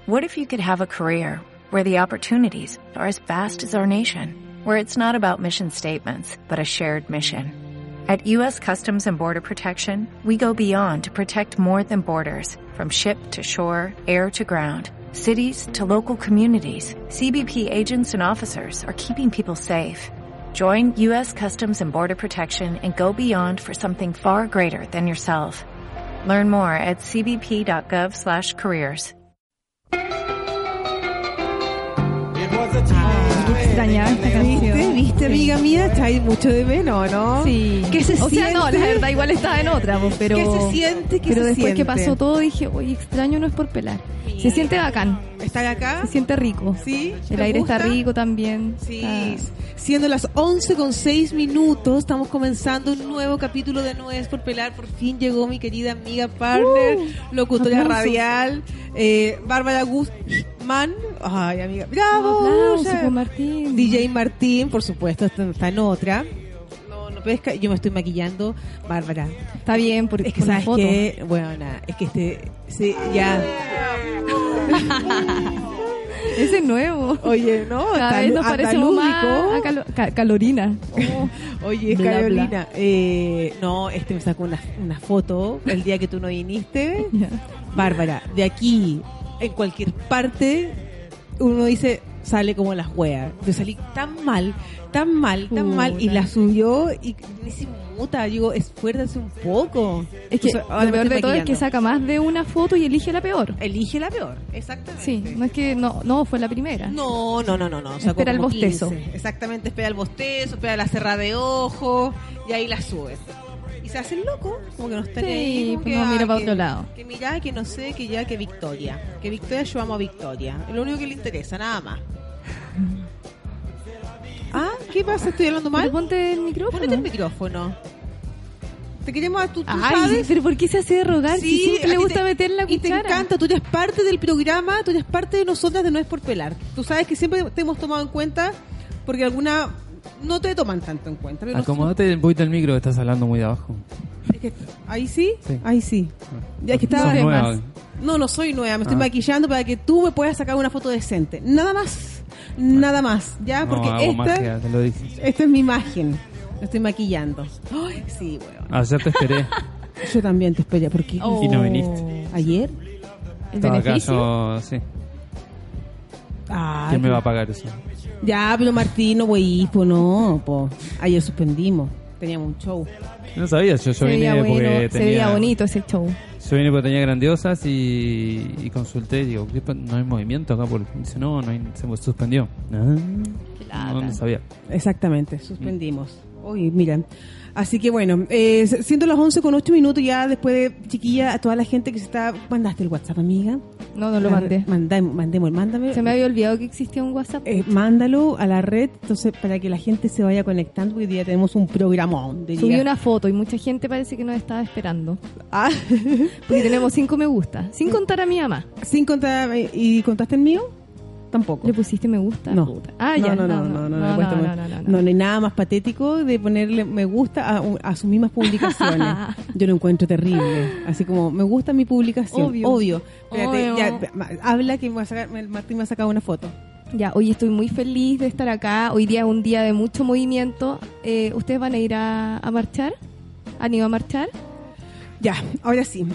What if you could have a career where the opportunities are as vast as our nation, where it's not about mission statements, but a shared mission? At U.S. Customs and Border Protection, we go beyond to protect more than borders, from ship to shore, air to ground, cities to local communities. CBP agents and officers are keeping people safe. Join U.S. Customs and Border Protection and go beyond for something far greater than yourself. Learn more at cbp.gov/careers. Extrañaba esta canción. ¿Viste, amiga mía? Está ahí mucho de menos, ¿no? Sí. ¿Qué se siente? O sea, no, la verdad igual estaba en otra, pues, pero... ¿Qué se siente? Pero después que pasó todo dije, oye, extraño no es por pelar. Mira. Se siente bacán. ¿Están acá? Se siente rico. ¿Sí? El ¿Te aire gusta? está rico también. Sí. Está... Siendo las 11:06, estamos comenzando un nuevo capítulo de No es por pelar. Por fin llegó mi querida amiga, partner, locutora aplausos. radial, Bárbara Guzmán. Ay, amiga, bravo. Aplausos por Martín. DJ Martín, por supuesto, está en otra. No pesca. Yo me estoy maquillando, Bárbara. Está bien, porque Es que por la sabes foto. que, bueno, nada, es que sí, ya. Ese es nuevo. Oye, no, Cada vez nos parecemos más a Calorina. Oye, Bla, Carolina, no, me sacó una foto el día que tú no viniste. Ya. Bárbara, de aquí, en cualquier parte, uno dice, sale como las weas. Yo salí tan mal, y la subió y ni se muta. Digo, esfuérzase un poco. Es que Entonces, ahora lo me peor estoy de todo es que maquillando. saca más de una foto y elige la peor. Elige la peor, exactamente. Sí, no es que no fue la primera. No. Sacó Espera el como bostezo. 15. Exactamente, espera el bostezo, espera la cerrada de ojo y ahí la sube. Y se hace el loco, como que no está Sí, ahí. Como pues que, no mira para que- otro lado. Que mira, que no sé, que ya, que Victoria. Que Victoria, yo amo a Victoria. Es lo único que le interesa, nada más. Ah, ¿qué pasa? ¿Estoy hablando mal? Pero ponte el micrófono. Ponete el micrófono. Te queremos a tú Ay, sabes. pero ¿por qué se hace de rogar? Sí, Si siempre a le ti gusta te- meter la Y te cuchara. encanta, tú eres parte del programa, tú eres parte de nosotras de No es por pelar. Tú sabes que siempre te hemos tomado en cuenta porque alguna no te toman tanto en cuenta. Pero Acomódate un poquito el micro, que estás hablando muy de abajo. es que, ahí sí, Sí. ahí sí. Ya es que Sos estaba nueva. No soy nueva, me estoy Ah. maquillando para que tú me puedas sacar una foto decente. Nada más, nada más, ya, No, porque hago magia, te lo dije. esta es mi imagen. Me estoy maquillando. Ay, sí, weón. Ayer te esperé Yo también te esperé, ¿por qué? Oh. y no viniste. ¿Ayer? ¿El Estaba acá beneficio? yo, sí. Ah, ¿Quién me va a pagar eso? Ya, pero Martín, no, güey, pues no, pues. Ayer suspendimos. Teníamos un show. No sabías, yo Se vine veía porque bueno, se tenía... veía bonito ese show. Yo vine porque tenía grandiosas y consulté y digo, no hay movimiento acá, porque dice, no hay, se suspendió. No sabía. Exactamente, suspendimos. Uy, mira. Así que bueno, siendo las 11:08 ya después de, chiquilla, a toda la gente que se está... ¿Mandaste el WhatsApp, amiga? No lo mandé. Mándame. Se me había olvidado que existía un WhatsApp. Mándalo a la red, entonces, para que la gente se vaya conectando, porque hoy día tenemos un programón. Subí una foto y mucha gente parece que nos estaba esperando. Ah, Porque tenemos 5 me gusta. Sin contar a mi mamá. sin contar... ¿Y contaste el mío? Tampoco. ¿Le pusiste me gusta? No. Puta. Ah, ya. No, no hay nada más patético de ponerle me gusta a sus mismas publicaciones. Yo lo encuentro terrible. Así como, me gusta mi publicación. Obvio. Espérate, Obvio. ya, habla que Martín me ha sacado una foto. Ya, hoy estoy muy feliz de estar acá. Hoy día es un día de mucho movimiento. ¿Ustedes van a ir a marchar? ¿Han ido a marchar? Ya, ahora sí.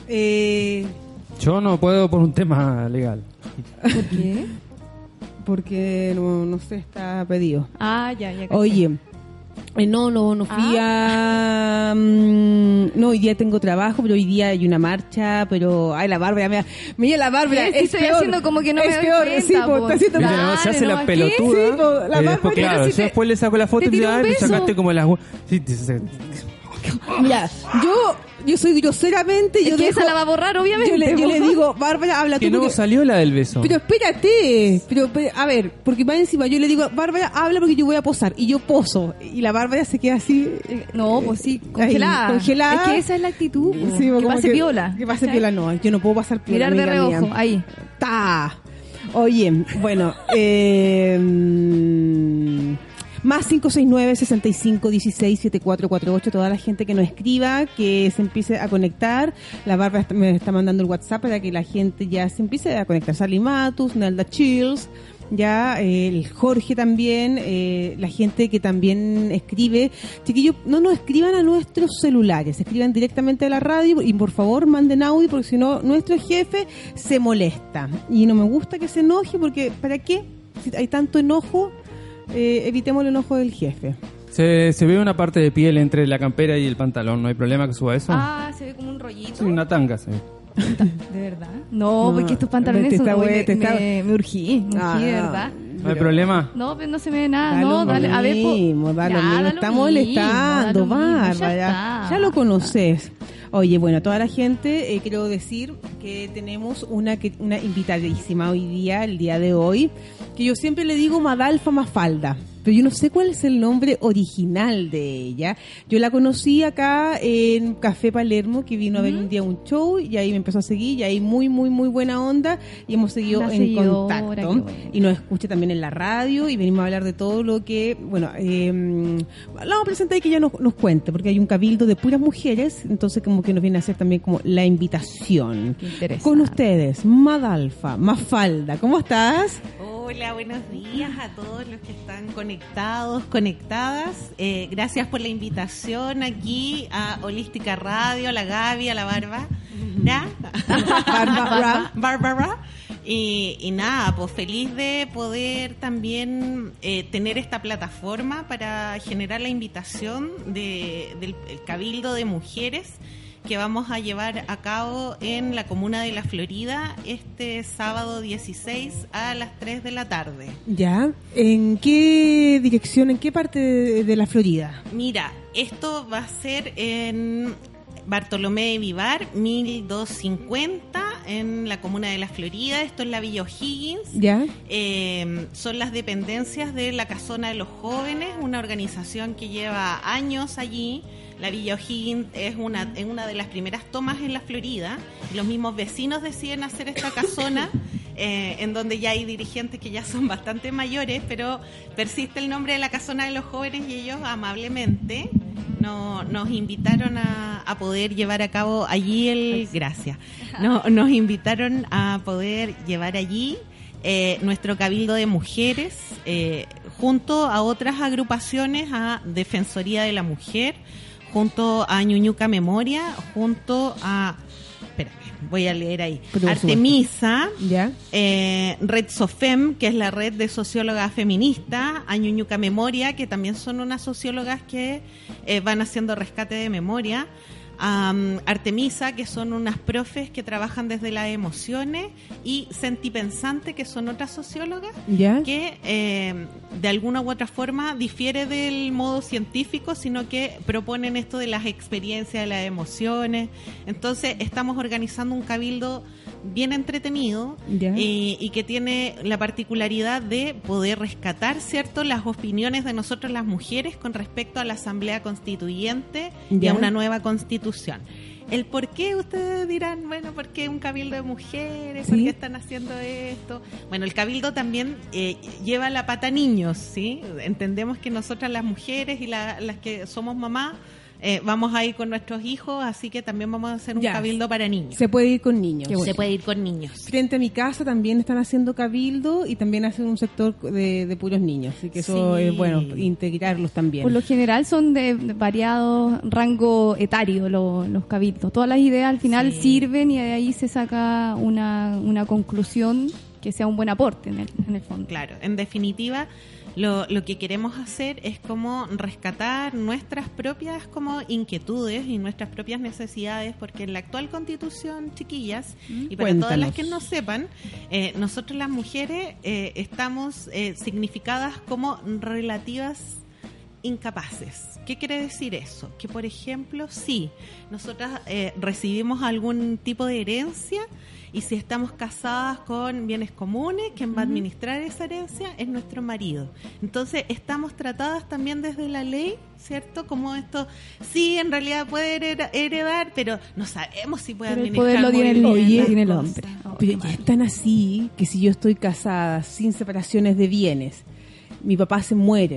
Yo no puedo por un tema legal. ¿Por qué? Porque no sé, está pedido. Ah, ya. Oye, no fui a... no, hoy día tengo trabajo, pero hoy día hay una marcha, pero... Ay, la Bárbara, mira la Bárbara, Sí, es estoy peor. haciendo como que no es me doy peor, cuenta, sí, po. está haciendo... Viste, Dale, se hace ¿no? la ¿Qué? pelotuda. Sí, po, la Y Bárbara, después, pero claro, si yo te- después le saco la foto te y tiró dice, un tú beso. sacaste como las... Sí, Mira, yo soy groseramente... Yo Es que esa la va a borrar, obviamente. Yo le digo, Bárbara, habla que tú. no porque- salió la del beso. Pero espérate, a ver, porque va encima, yo le digo, Bárbara, habla porque yo voy a posar, y yo poso, y la Bárbara se queda así, No, pues sí, congelada. Ahí, congelada. Es que esa es la actitud. po. sí, que como pase piola. que pase ¿cachai? piola, no, yo no puedo pasar piola, Mirar de amiga reojo, mía. ahí. Ta. Oye, bueno, Más 569-6516-7448. Toda la gente que nos escriba, que se empiece a conectar. La Bárbara me está mandando el WhatsApp para que la gente ya se empiece a conectar. Sally Matus, Nelda Chills, ya el Jorge también, la gente que también escribe. Chiquillos, no nos escriban a nuestros celulares, escriban directamente a la radio y por favor manden audio, porque si no nuestro jefe se molesta y no me gusta que se enoje, porque ¿para qué? Si hay tanto enojo, evitemos el enojo del jefe. Se ve una parte de piel entre la campera y el pantalón, ¿no hay problema que suba eso? Ah, se ve como un rollito. Sí, una tanga, sí. ¿De verdad? No, porque estos pantalones son... Me urgí, de verdad. ¿No hay problema? No, pero no se ve nada. No, dale, a ver... Está molestando, Bárbara. Ya lo conoces. Oye, bueno, a toda la gente quiero decir que tenemos una invitadísima hoy día, el día de hoy, que yo siempre le digo Madalfa Mafalda, pero yo no sé cuál es el nombre original de ella. Yo la conocí acá en Café Palermo, que vino a ver un día un show y ahí me empezó a seguir y ahí muy buena onda y hemos seguido en contacto y nos escucha también en la radio y venimos a hablar de todo lo que, bueno, la vamos a presentar y que ella nos cuente, porque hay un cabildo de puras mujeres, entonces como que nos viene a hacer también como la invitación. Con ustedes, Madalfa Mafalda, ¿cómo estás? Hola, buenos días a todos los que están conectadas. Gracias por la invitación aquí a Holística Radio, a la Gaby, a la Bárbara. Bárbara. Y nada, pues feliz de poder también tener esta plataforma para generar la invitación del Cabildo de Mujeres que vamos a llevar a cabo en la comuna de La Florida este sábado 16 a las 3 de la tarde. ¿Ya? ¿En qué dirección, en qué parte de La Florida? Mira, esto va a ser en Bartolomé de Vivar, 1250, en la comuna de La Florida. Esto es la Villa O'Higgins. ¿Ya? Son las dependencias de la Casona de los Jóvenes, una organización que lleva años allí. La Villa O'Higgins es una de las primeras tomas en La Florida. Y los mismos vecinos deciden hacer esta casona, en donde ya hay dirigentes que ya son bastante mayores, pero persiste el nombre de la Casona de los Jóvenes y ellos amablemente nos invitaron a poder llevar a cabo allí nos invitaron a poder llevar allí nuestro cabildo de mujeres, junto a otras agrupaciones, a Defensoría de la Mujer, junto a Ñuñuca Memoria, junto a... Espérame, voy a leer ahí. Artemisa, ¿ya? Red Sofem, que es la red de sociólogas feministas, a Ñuñuca Memoria, que también son unas sociólogas que van haciendo rescate de memoria, a Artemisa, que son unas profes que trabajan desde las emociones, y Sentipensante, que son otras sociólogas, ¿ya? Que de alguna u otra forma difiere del modo científico, sino que proponen esto de las experiencias de las emociones. Entonces estamos organizando un cabildo bien entretenido y que tiene la particularidad de poder rescatar, ¿cierto?, las opiniones de nosotros las mujeres con respecto a la Asamblea Constituyente y a una nueva Constitución. El por qué, ustedes dirán, bueno, ¿por qué un cabildo de mujeres? ¿Por qué están haciendo esto? Bueno, el cabildo también lleva la pata a niños, ¿sí? Entendemos que nosotras las mujeres y las que somos mamás vamos a ir con nuestros hijos, así que también vamos a hacer un cabildo para niños. Se puede ir con niños. Se puede ir con niños. Frente a mi casa también están haciendo cabildo y también hacen un sector de puros niños, así que eso es bueno, integrarlos también. Por lo general son de variado rango etario los cabildos. Todas las ideas al final sirven y de ahí se saca una conclusión que sea un buen aporte en el fondo. Claro, en definitiva, lo que queremos hacer es como rescatar nuestras propias como inquietudes y nuestras propias necesidades, porque en la actual Constitución, chiquillas, y para todas las que no sepan, nosotros las mujeres estamos significadas como relativas incapaces. ¿Qué quiere decir eso? Que, por ejemplo, si nosotras recibimos algún tipo de herencia, y si estamos casadas con bienes comunes, quien va a administrar esa herencia es nuestro marido. Entonces estamos tratadas también desde la ley, ¿cierto? Como esto, sí, en realidad puede heredar, pero no sabemos si puede administrar. El poder lo tiene el hombre. Pero ya están así, que si yo estoy casada sin separaciones de bienes, mi papá se muere,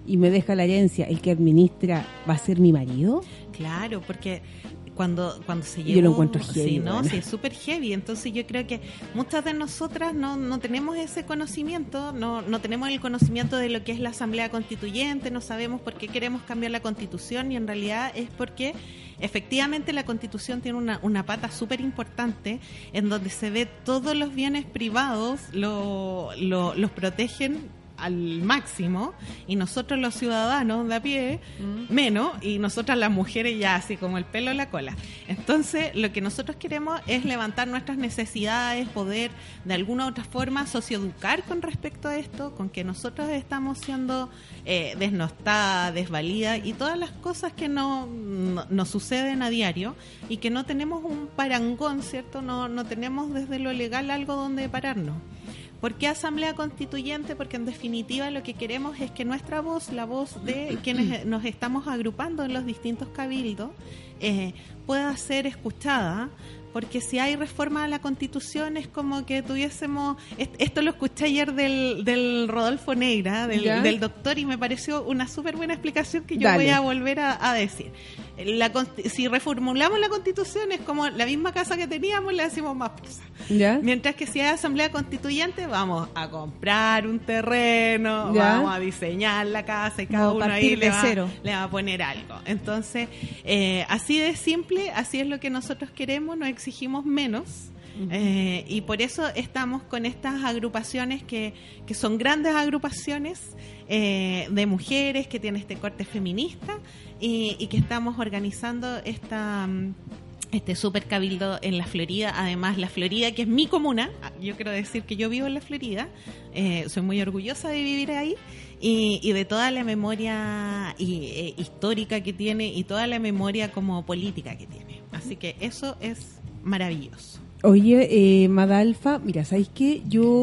y me deja la herencia, el que administra va a ser mi marido. Claro, porque cuando se llevó... Yo lo encuentro heavy. Sí, ¿no? Bueno. Sí, es súper heavy. Entonces yo creo que muchas de nosotras no tenemos ese conocimiento, no tenemos el conocimiento de lo que es la Asamblea Constituyente, no sabemos por qué queremos cambiar la Constitución, y en realidad es porque efectivamente la Constitución tiene una pata súper importante en donde se ve todos los bienes privados, los protegen al máximo, y nosotros los ciudadanos de a pie menos, y nosotras las mujeres ya así como el pelo en la cola. Entonces lo que nosotros queremos es levantar nuestras necesidades, poder de alguna u otra forma socioeducar con respecto a esto, con que nosotros estamos siendo desnostadas, desvalidas y todas las cosas que nos suceden a diario, y que no tenemos un parangón, ¿cierto? No tenemos desde lo legal algo donde pararnos. ¿Por qué Asamblea Constituyente? Porque en definitiva lo que queremos es que nuestra voz, la voz de quienes nos estamos agrupando en los distintos cabildos, pueda ser escuchada. Porque si hay reforma a la Constitución es como que tuviésemos... Esto lo escuché ayer del Rodolfo Neira, del doctor, y me pareció una súper buena explicación que yo voy a volver a decir. Si reformulamos la Constitución es como la misma casa que teníamos, le hacemos más prisa. ¿Ya? Mientras que si hay Asamblea Constituyente vamos a comprar un terreno, vamos a diseñar la casa, y cada uno ahí le va a poner algo. Entonces, así de simple, así es lo que nosotros queremos, no exigimos menos. Y por eso estamos con estas agrupaciones que son grandes agrupaciones de mujeres que tienen este corte feminista, y que estamos organizando este super cabildo en la Florida. Además, la Florida, que es mi comuna, yo quiero decir que yo vivo en la Florida, soy muy orgullosa de vivir ahí, y de toda la memoria histórica que tiene, y toda la memoria como política que tiene. Así que eso es maravilloso. Oye, Madalfa, mira, ¿sabéis qué?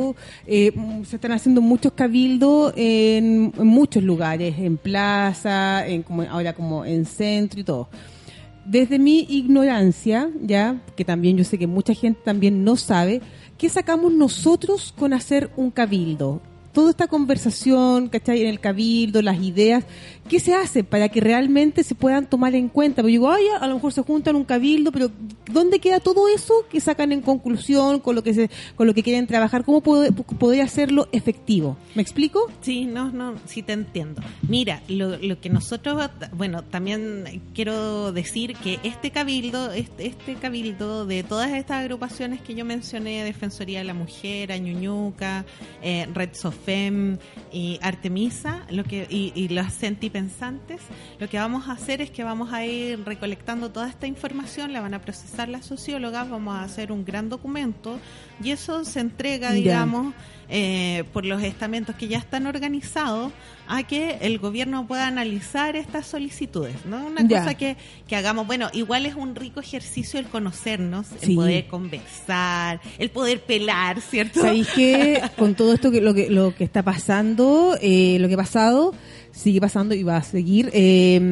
Se están haciendo muchos cabildos en muchos lugares, en plaza, ahora como en centro y todo. Desde mi ignorancia, ya, que también yo sé que mucha gente también no sabe, ¿qué sacamos nosotros con hacer un cabildo? Toda esta conversación, ¿cachai? En el cabildo, las ideas, ¿qué se hace para que realmente se puedan tomar en cuenta? Porque digo, a lo mejor se juntan un cabildo, pero ¿dónde queda todo eso que sacan en conclusión con lo que quieren trabajar? ¿Cómo poder hacerlo efectivo? ¿Me explico? Sí, sí te entiendo. Mira, lo que nosotros, bueno, también quiero decir que este cabildo de todas estas agrupaciones que yo mencioné, Defensoría de la Mujer, Añuñuca, Red Sofem y Artemisa, y los sentipensantes, lo que vamos a hacer es que vamos a ir recolectando toda esta información, la van a procesar las sociólogas, vamos a hacer un gran documento, y eso se entrega, digamos, por los estamentos que ya están organizados, a que el gobierno pueda analizar estas solicitudes, ¿no? Una cosa que hagamos, bueno, igual es un rico ejercicio el conocernos, el poder conversar, el poder pelar, ¿cierto? ¿Sabéis que con todo esto lo que está pasando, lo que ha pasado, sigue pasando y va a seguir, es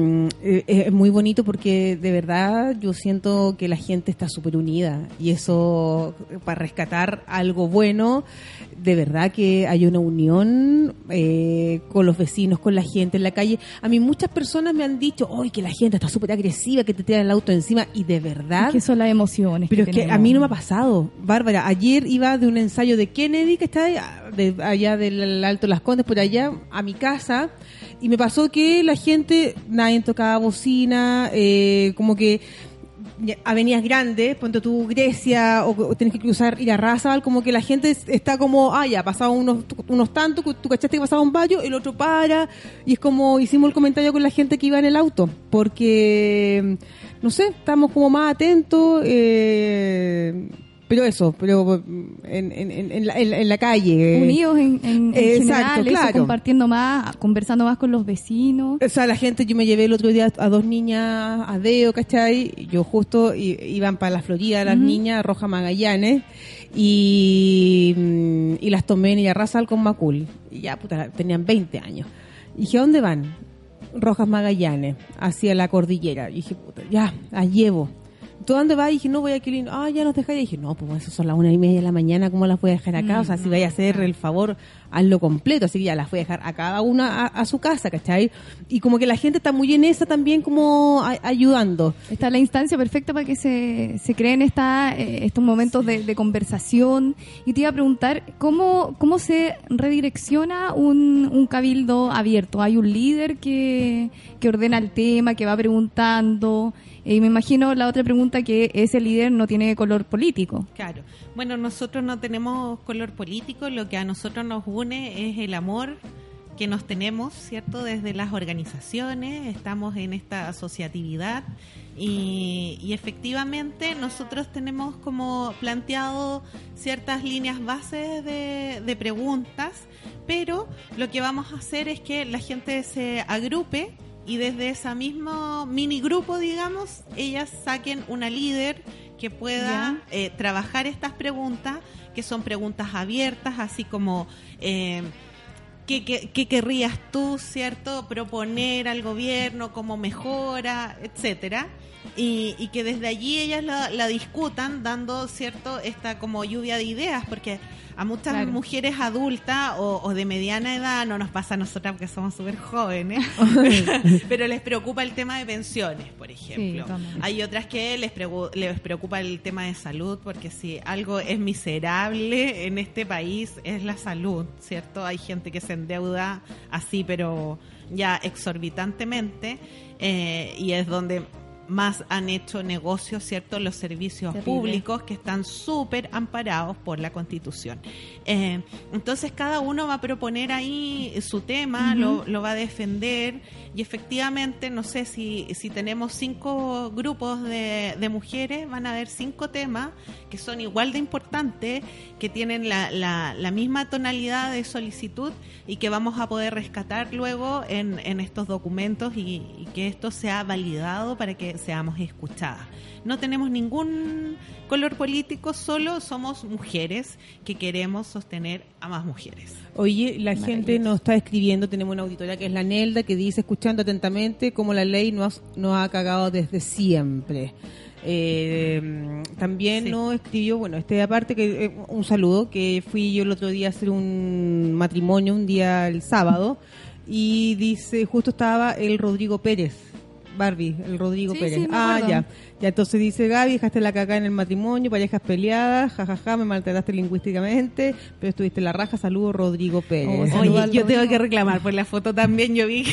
muy bonito, porque de verdad yo siento que la gente está súper unida, y eso, para rescatar algo bueno, de verdad que hay una unión con los vecinos, con la gente en la calle. A mí muchas personas me han dicho, ¡ay, que la gente está súper agresiva, que te tiran el auto encima! Y de verdad... Es que son las emociones. Pero es que a mí no me ha pasado. Bárbara, ayer iba de un ensayo de Kennedy, que está allá del Alto Las Condes, por allá, a mi casa, y me pasó que la gente, nadie tocaba bocina, como que avenidas grandes, ponte tú Grecia, o tienes que cruzar Irarrázaval, como que la gente está como, ya pasado unos tantos, tú cachaste que pasaba un vallo, el otro para, y es como hicimos el comentario con la gente que iba en el auto, porque no sé, estamos como más atentos, pero en la calle. Unidos en exacto, general, claro. Eso, compartiendo más, conversando más con los vecinos. O sea, la gente, yo me llevé el otro día a 2 niñas a Deo, ¿cachai? Yo justo iban para la Florida las niñas, Roja Magallanes, y las tomé en Irarrázaval con Macul. Y ya, puta, tenían 20 años. Y dije, ¿a dónde van? Rojas Magallanes, hacia la cordillera. Y dije, puta, ya, las llevo. ¿tú dónde vas? Y dije, no, voy a Quilín. Ya nos dejáis. Y dije, no, pues eso son las 1:30 de la mañana, ¿cómo las voy a dejar acá? O sea, si vais a hacer el favor, hazlo completo. Así que ya las voy a dejar a cada una a su casa, ¿cachai? Y como que la gente está muy en esa también, como ayudando. Esta es la instancia perfecta para que se creen estos momentos de conversación. Y te iba a preguntar, ¿cómo se redirecciona un cabildo abierto? ¿Hay un líder que ordena el tema, que va preguntando? Y me imagino la otra pregunta, que ese líder no tiene color político. Claro. Bueno, nosotros no tenemos color político, lo que a nosotros nos une es el amor que nos tenemos, ¿cierto? Desde las organizaciones, estamos en esta asociatividad y efectivamente nosotros tenemos como planteado ciertas líneas bases de preguntas, pero lo que vamos a hacer es que la gente se agrupe y desde ese mismo mini grupo, digamos, ellas saquen una líder que pueda trabajar estas preguntas, que son preguntas abiertas, así como ¿qué querrías tú, cierto, proponer al gobierno, cómo mejora, etcétera? Y que desde allí ellas la discutan, dando, cierto, esta como lluvia de ideas, porque a muchas mujeres adultas o de mediana edad, no nos pasa a nosotras porque somos súper jóvenes, pero les preocupa el tema de pensiones, por ejemplo. Sí, hay otras que les preocupa el tema de salud, porque si algo es miserable en este país es la salud, ¿cierto? Hay gente que se endeuda así, pero ya exorbitantemente, y es donde más han hecho negocios, ¿cierto? Los servicios públicos, que están súper amparados por la Constitución. Entonces cada uno va a proponer ahí su tema, lo va a defender, y efectivamente, no sé, si tenemos 5 grupos de mujeres, van a haber 5 temas que son igual de importantes, que tienen la misma tonalidad de solicitud y que vamos a poder rescatar luego en estos documentos y que esto sea validado para que seamos escuchadas. No tenemos ningún color político, solo somos mujeres que queremos sostener a más mujeres. Oye, la gente nos está escribiendo, tenemos una auditora que es la Nelda, que dice, escuchando atentamente, cómo la ley nos ha cagado desde siempre. También nos escribió, bueno, aparte que un saludo, que fui yo el otro día a hacer un matrimonio, un día el sábado, y dice, justo estaba el Rodrigo Pérez, Barbie, el Rodrigo Pérez. Sí, ya, entonces dice, Gaby, dejaste la caca en el matrimonio, parejas peleadas, jajaja, me maltrataste lingüísticamente, pero estuviste en la raja, saludos, Rodrigo Pérez. Oye, yo tengo que reclamar por la foto también, yo vi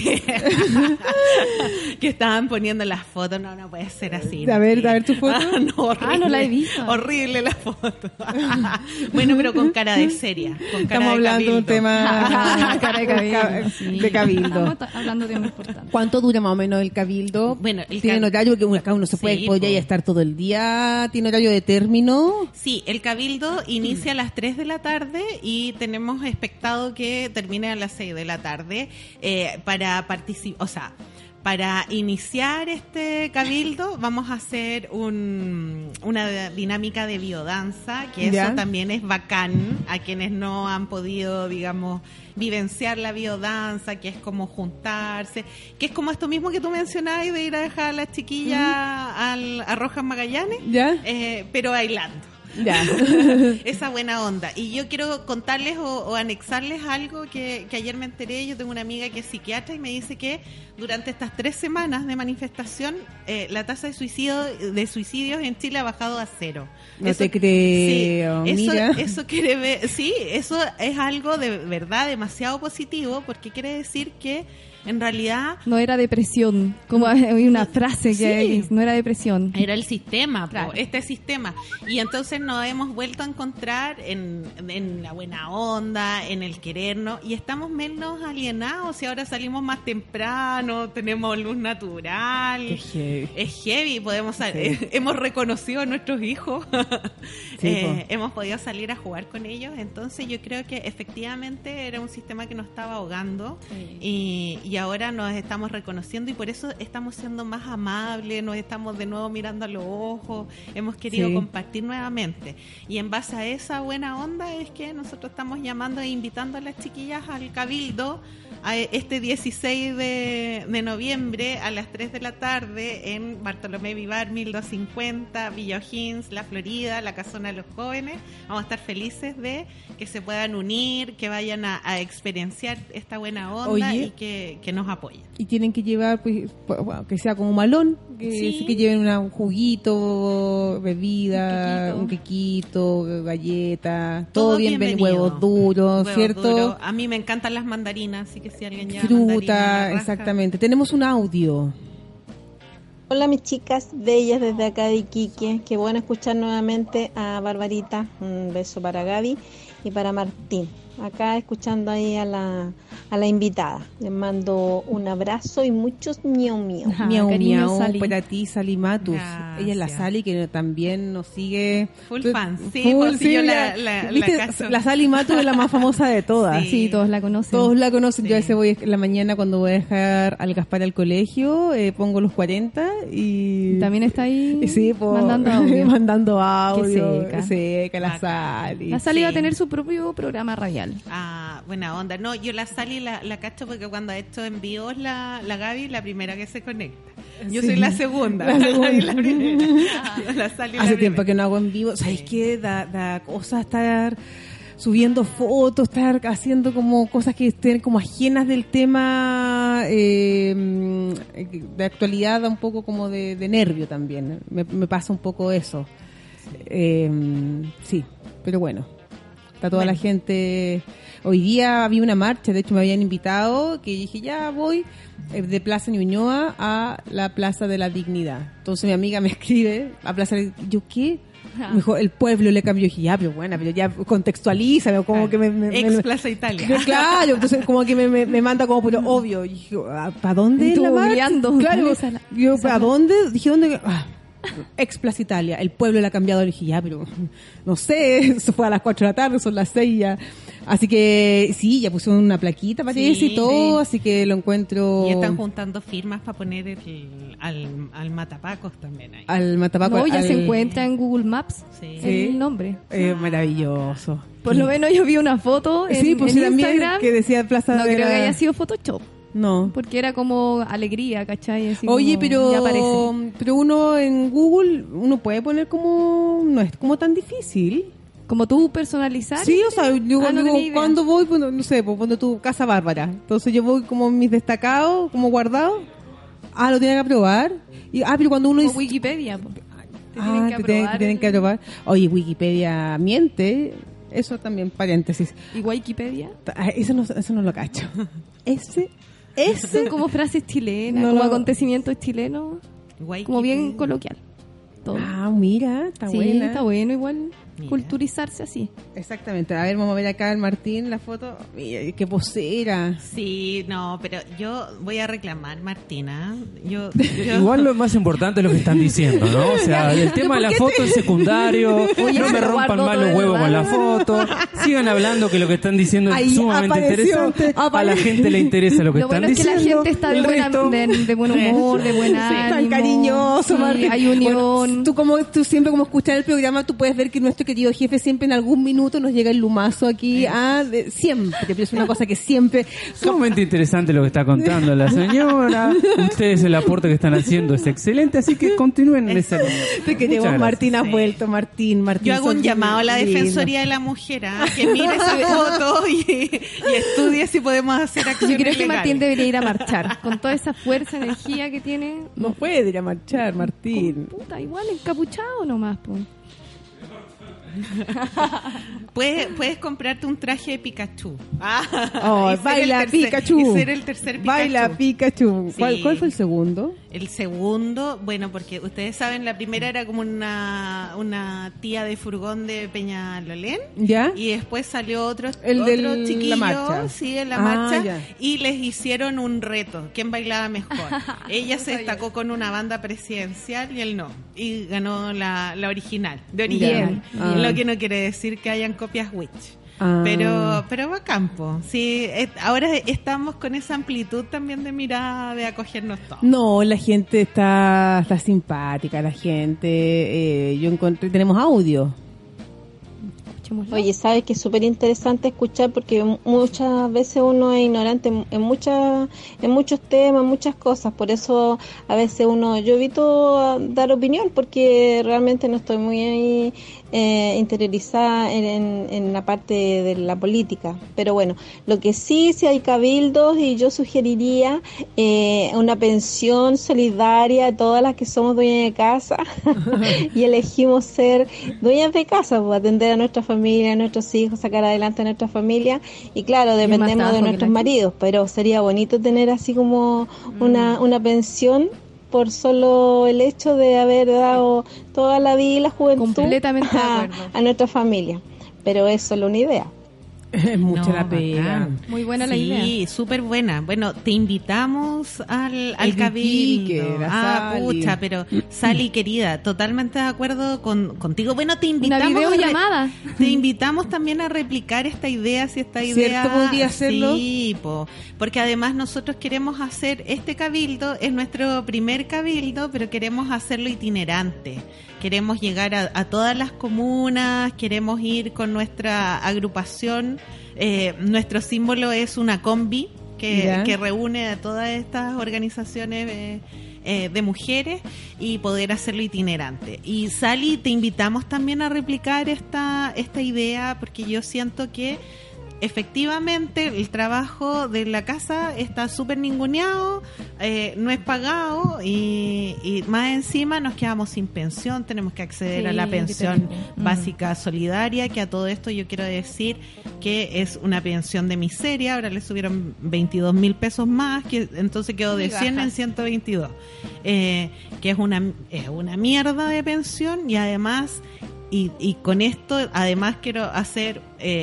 que estaban poniendo las fotos, no puede ser así. A ver tu foto. No, horrible, no la he visto. Horrible la foto. Bueno, pero con cara de seria, con cara Estamos hablando de de un tema cara de cabildo. de cabildo. Estamos hablando de muy importante. ¿Cuánto dura más o menos el cabildo? Bueno, ¿Tiene horario que acá uno se puede podría estar todo el día? ¿Tiene horario de término? Sí, el cabildo inicia a las 3 de la tarde y tenemos expectado que termine a las 6 de la tarde para participar, o sea, para iniciar este cabildo vamos a hacer una dinámica de biodanza, que eso también es bacán a quienes no han podido, digamos, vivenciar la biodanza, que es como juntarse, que es como esto mismo que tú mencionabas de ir a dejar a la chiquilla a Rojas Magallanes, pero bailando. Esa buena onda. Y yo quiero contarles o anexarles algo que ayer me enteré. Yo tengo una amiga que es psiquiatra y me dice que durante estas 3 semanas de manifestación la tasa de suicidios en Chile ha bajado a 0. No te creo. Sí, mira. Eso quiere ver, sí, eso es algo de verdad demasiado positivo, porque quiere decir que en realidad no era depresión, como hay una frase que hay, no era depresión, era el sistema, claro. Este sistema, y entonces nos hemos vuelto a encontrar en la buena onda, en el querernos, y estamos menos alienados, y ahora salimos más temprano, tenemos luz natural. Es heavy, podemos hemos reconocido a nuestros hijos, hemos podido salir a jugar con ellos, entonces yo creo que efectivamente era un sistema que nos estaba ahogando, y ahora nos estamos reconociendo, y por eso estamos siendo más amables, nos estamos de nuevo mirando a los ojos, hemos querido compartir nuevamente. Exactamente. Y en base a esa buena onda es que nosotros estamos llamando e invitando a las chiquillas al Cabildo a este 16 de noviembre a las 3 de la tarde en Bartolomé Vivar 1250, Villa O'Higgins, La Florida, la Casona de los Jóvenes. Vamos a estar felices de que se puedan unir, que vayan a experienciar esta buena onda. Oye, y que nos apoyen. Y tienen que llevar, pues, bueno, que sea como malón, sí, que lleven un juguito, bebida, un quequito, galleta, todo bien, huevos duros, ¿cierto? Duro. A mí me encantan las mandarinas, así que si alguien lleva fruta, exactamente. Tenemos un audio. Hola mis chicas bellas desde acá de Iquique, qué bueno escuchar nuevamente a Barbarita, un beso para Gaby y para Martín, acá escuchando ahí a la invitada, les mando un abrazo y muchos miau miau. Miau cariño, miau Sally. para ti, Sally Matus. Gracias. Ella es la Sally que también nos sigue. Full fan, sí, pues sí, yo la ¿viste? cacho. La Sally Matus es la más famosa de todas. Sí. Sí, todos la conocen. Todos la conocen. Sí. Yo a veces voy en la mañana cuando voy a dejar al Gaspar al colegio, pongo los 40 y... También está ahí Sí, mandando audio. mandando audio. Qué seca. La Bacán. Sally. La Sally Sí. va a tener su propio programa radial. Ah, buena onda. No, yo la Sally la cacho porque cuando ha hecho envíos la Gaby, la primera que se conecta. Yo Sí. soy la segunda. La segunda. Y la primera. La Sally Hace la tiempo primera. que no hago en vivo. ¿Sabes Sí. qué? Da cosa estar subiendo fotos, estar haciendo como cosas que estén como ajenas del tema de actualidad, da un poco como de nervio también. Me pasa un poco eso. Sí, pero bueno. Está toda la gente. Hoy día había una marcha, de hecho me habían invitado, que dije ya voy de Plaza Ñuñoa a la Plaza de la Dignidad. Entonces mi amiga me escribe a Plaza de ¿yo qué? Me dijo, el pueblo le cambió. Y dije, ya, pero bueno, pero ya contextualiza, como que Ex Plaza Italia. Claro, entonces como que me manda como, pero obvio. Y dije, ¿para dónde es la marcha? googleando. Claro, Esa la- yo, esa ¿para la- dónde? Dije, ¿dónde? Ex Plaza Italia, el pueblo le ha cambiado. Y dije, ya, pero no sé, eso fue a las 4 de la tarde, son las 6 ya. Así que sí, ya pusieron una plaquita, parece, Sí, y todo, sí. así que lo encuentro... Y están juntando firmas para poner al Matapacos también ahí. Al Matapaco. No, ya al- se encuentra en Google Maps Sí. el nombre. Maravilloso. Por lo menos yo vi una foto en, Sí, pues en sí, también Instagram. que decía Plaza No de creo la- que haya sido Photoshop, No. porque era como alegría, ¿cachai? Así Oye, como, ya aparece. pero uno en Google, uno puede poner como, no es como tan difícil. Como tú personalizar. Sí, o sea, yo Ah, no digo, tenía idea. cuando voy, pues, no sé, pues cuando tu Casa Bárbara. Entonces yo voy como mis destacados, como guardados. Ah, lo tienen que aprobar. Y, pero cuando uno Como dice... Wikipedia. Po. Te te tienen que aprobar. Oye, Wikipedia miente. Eso también, paréntesis. ¿Y Wikipedia? Eso no lo cacho. Ese... Son como frases chilenas, No como lo- acontecimientos chilenos, como bien coloquial. Todo. Ah, mira, está sí, buena. está bueno igual Mira. culturizarse así. Exactamente. A ver, vamos a ver acá el Martín, la foto. Mira, qué posera. Sí, no, pero yo voy a reclamar, Martina. Yo Igual lo más importante es lo que están diciendo, ¿no? O sea, el tema de la foto es secundario. Oye, No se me lo rompan guardo mal todo los de huevos con la verdad. foto. Sigan hablando que lo que están diciendo es Ahí sumamente apareció, interesante. A la gente le interesa lo que Lo están bueno es que la diciendo. gente está de, El resto- de buen humor, de buen ánimo. Tan cariñoso, Sí, Martín. hay unión. Bueno, tú siempre como escuchar el programa, tú puedes ver que nuestro querido jefe siempre en algún minuto nos llega el lumazo aquí. Siempre, pero es una cosa que siempre... Sumamente interesante lo que está contando la señora. Ustedes el aporte que están haciendo es excelente, así que continúen en esa línea. Te queremos, Muchas Martín, has Sí. vuelto, Martín. Yo hago un sos llamado a la lindo. Defensoría de la Mujer, que mire esa foto y estudie si podemos hacer Yo acciones creo que legales. Martín debería ir a marchar. Con toda esa fuerza, energía que tiene. No puede ir a marchar, Martín. Puta, igual encapuchado nomás, po. Puedes comprarte un traje de Pikachu. Oh, y ser baila el tercer- Pikachu. Y ser el tercer Pikachu. Baila Pikachu. Sí. ¿Cuál fue el segundo? El segundo, bueno, porque ustedes saben, la primera era como una tía de furgón de Peñalolén. ¿Ya? Y después salió otro El de la chiquillo, marcha. sí, en la Ah, marcha, ya. y les hicieron un reto, ¿quién bailaba mejor? Ella se destacó con una banda presidencial y él no, y ganó la original, de original. Bien. Lo que no quiere decir que hayan copias Witch. Ah. Pero va a campo. Sí, ahora estamos con esa amplitud también de mirada de acogernos todos. No, la gente está simpática, la gente. Yo encontré, tenemos audio. Escuchémoslo. Oye, sabes que es súper interesante escuchar porque muchas veces uno es ignorante en muchos temas, muchas cosas. Por eso a veces yo evito dar opinión porque realmente no estoy muy interiorizada en la parte de la política. Pero bueno, lo que sí hay cabildos y yo sugeriría una pensión solidaria a todas las que somos dueñas de casa y elegimos ser dueñas de casa, pues, atender a nuestra familia, a nuestros hijos, sacar adelante a nuestra familia y claro, dependemos de nuestros maridos, pero sería bonito tener así como una pensión por solo el hecho de haber dado toda la vida y la juventud completamente de acuerdo. a nuestra familia, pero es solo una idea. Es mucha la bacán. pega. Muy buena la idea. Sí, súper buena. Bueno, te invitamos al cabildo. Iquique, la Sally. Pucha, pero Sally, querida, totalmente de acuerdo contigo. Bueno, te Una invitamos videollamada. te invitamos también a replicar esta idea, si esta idea... ¿Cierto? ¿Podría hacerlo? Sí, porque además nosotros queremos hacer este cabildo, es nuestro primer cabildo, pero queremos hacerlo itinerante. Queremos llegar a todas las comunas, queremos ir con nuestra agrupación. Nuestro símbolo es una combi que reúne a todas estas organizaciones de mujeres y poder hacerlo itinerante. Y Sally, te invitamos también a replicar esta idea porque yo siento que efectivamente el trabajo de la casa está súper ninguneado, no es pagado y más encima nos quedamos sin pensión, tenemos que acceder a la pensión básica solidaria, que a todo esto yo quiero decir que es una pensión de miseria, ahora le subieron 22.000 pesos más, que entonces quedó de 100 en 122, que es una mierda de pensión y además... Y con esto, además, quiero hacer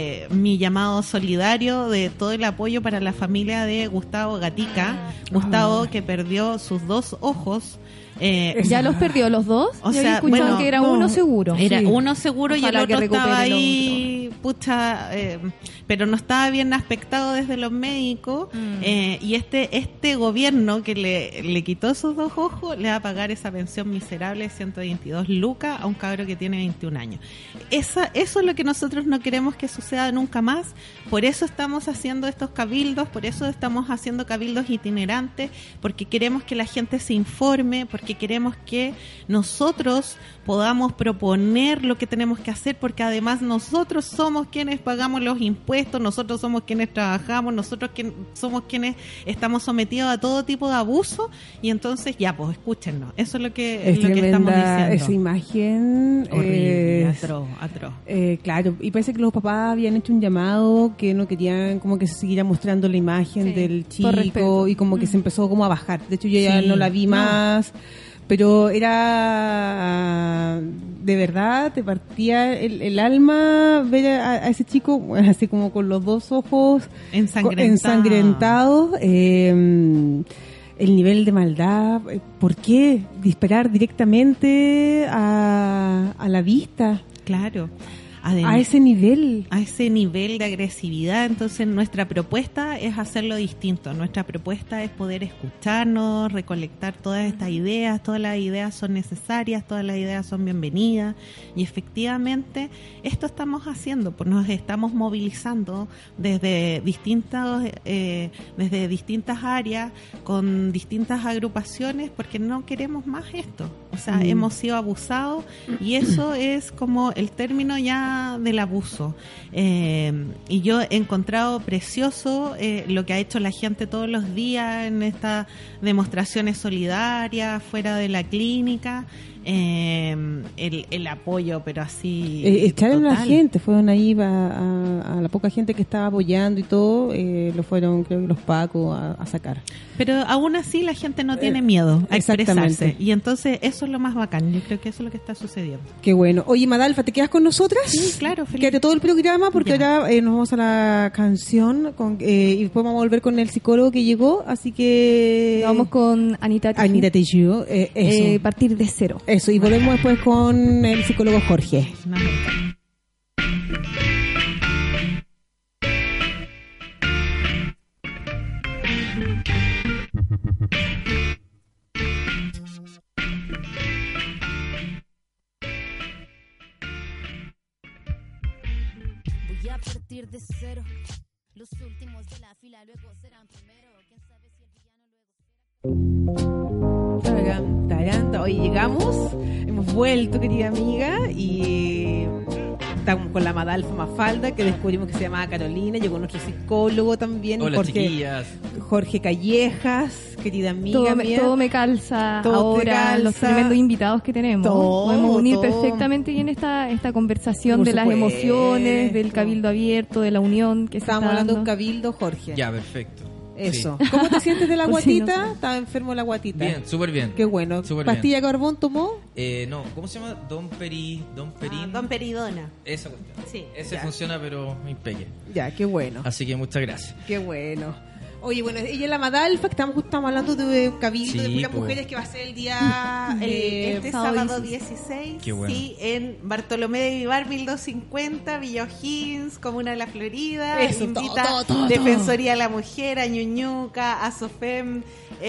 mi llamado solidario de todo el apoyo para la familia de Gustavo Gatica. Gustavo, que perdió sus 2 ojos. ¿Ya los perdió los dos? O Yo sea, había escuchado que era uno seguro. Era Sí. uno seguro. Ojalá y el otro que recupere estaba el ahí, pucha, pero no estaba bien aspectado desde los médicos. Y este gobierno que le quitó esos 2 ojos le va a pagar esa pensión miserable de 122 lucas a un cabro que tiene 21 años. Eso es lo que nosotros no queremos que suceda nunca más. Por eso estamos haciendo estos cabildos, por eso estamos haciendo cabildos itinerantes, porque queremos que la gente se informe, porque queremos que nosotros podamos proponer lo que tenemos que hacer, porque además nosotros somos quienes pagamos los impuestos, nosotros somos quienes trabajamos, nosotros somos quienes estamos sometidos a todo tipo de abuso, y entonces ya, pues escúchenos, eso es lo que estamos diciendo. Esa imagen horrible, es atroz. Claro, y parece que los papás habían hecho un llamado que no querían como que se siguiera mostrando la imagen del chico y como que se empezó como a bajar. De hecho yo ya no la vi más, pero era de verdad, te partía el alma ver a ese chico así como con los 2 ojos ensangrentados. El nivel de maldad, ¿por qué disparar directamente a la vista? Claro. Además, a ese nivel de agresividad. Entonces nuestra propuesta es hacerlo distinto, nuestra propuesta es poder escucharnos, recolectar todas estas ideas, todas las ideas son necesarias, todas las ideas son bienvenidas y efectivamente esto estamos haciendo, pues nos estamos movilizando desde distintas áreas, con distintas agrupaciones, porque no queremos más esto, o sea, hemos sido abusados y eso es como el término ya del abuso. Y yo he encontrado precioso lo que ha hecho la gente todos los días en estas demostraciones solidarias fuera de la clínica, el apoyo, pero así echaron a la total. gente, fueron ahí a la poca gente que estaba apoyando y todo, lo fueron, creo que los pacos a sacar. Pero aún así la gente no tiene miedo a expresarse, y entonces eso es lo más bacán. Yo creo que eso es lo que está sucediendo. Qué bueno. Oye, Madalfa, ¿te quedas con nosotras? Sí, claro, feliz. Quédate todo el programa porque Ya. ahora nos vamos a la canción y después vamos a volver con el psicólogo que llegó, así que Vamos con Anita Tijoux, eso. Partir de cero. Eso, y volvemos después con el psicólogo Jorge. No, me encanta. partir de cero. Los últimos de la fila luego serán primero. ¿Quién sabe si el villano luego Hoy llegamos, hemos vuelto, querida amiga, y estamos con la Madalfa Mafalda, que descubrimos que se llamaba Carolina. Llegó nuestro psicólogo también, Hola, chiquillas. Jorge Callejas, querida amiga mía. Todo me calza Todo ahora, te calza. los tremendos invitados que tenemos. Podemos unir perfectamente bien esta conversación Por de las supuesto. emociones, del cabildo abierto, de la unión que Estábamos se está hablando de un dando. cabildo, Jorge. Ya, perfecto. Eso. Sí. ¿Cómo te sientes de la Pues sí, no guatita? sé. Estaba enfermo la guatita. Bien, súper bien. Qué bueno. Súper ¿Pastilla de carbón tomó? No, ¿cómo se llama? Don Perín. Don Peridona. Esa cuestión. Sí. Ese Ya. funciona, pero impeque. Ya, qué bueno. Así que muchas gracias. Qué bueno. Oye, bueno, ella es la Madalfa, que estamos hablando de un cabildo de Sí, puras po. mujeres que va a ser el día... Este sábado sábado 16. 16, Qué bueno. sí, en Bartolomé de Vivar 1250, Villa O'Higgins, Comuna de la Florida. Eso, invita todo. Defensoría de la Mujer, a Ñuñuca, a SOFEM,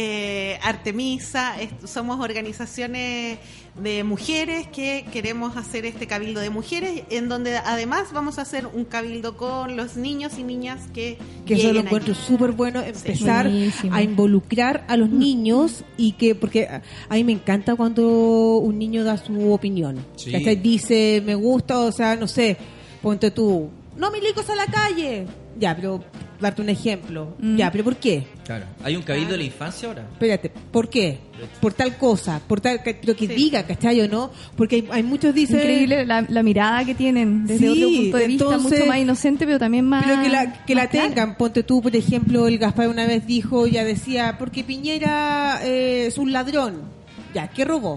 Artemisa. Somos organizaciones de mujeres que queremos hacer este cabildo de mujeres, en donde además vamos a hacer un cabildo con los niños y niñas que Que eso lo lleguen encuentro allí. súper bueno, empezar Buenísimo. a involucrar a los niños y que, porque a mí me encanta cuando un niño da su opinión. Sí. ¿Cachai? Dice, me gusta, o sea, no sé, ponte tú, no milicos a la calle. Ya, pero darte un ejemplo. Ya, pero ¿por qué? Claro. ¿Hay un cabildo de la infancia ahora? Espérate, ¿por qué? Por tal cosa, pero que Sí. diga, ¿cachai o no? Porque hay muchos dicen... Increíble la mirada que tienen desde Sí, otro punto de vista, entonces- mucho más inocente, pero también más. Pero que la más clara. tengan. Ponte tú, por ejemplo, el Gaspar una vez dijo, ya decía, porque Piñera es un ladrón. Ya, ¿qué robó?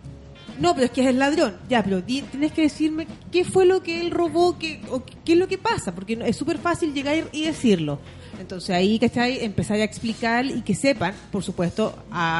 No, pero es que es el ladrón. Ya, pero tienes que decirme qué fue lo que él robó, qué es lo que pasa, porque es súper fácil llegar y decirlo. Entonces ahí, ¿cachai? Empezar a explicar y que sepan, por supuesto,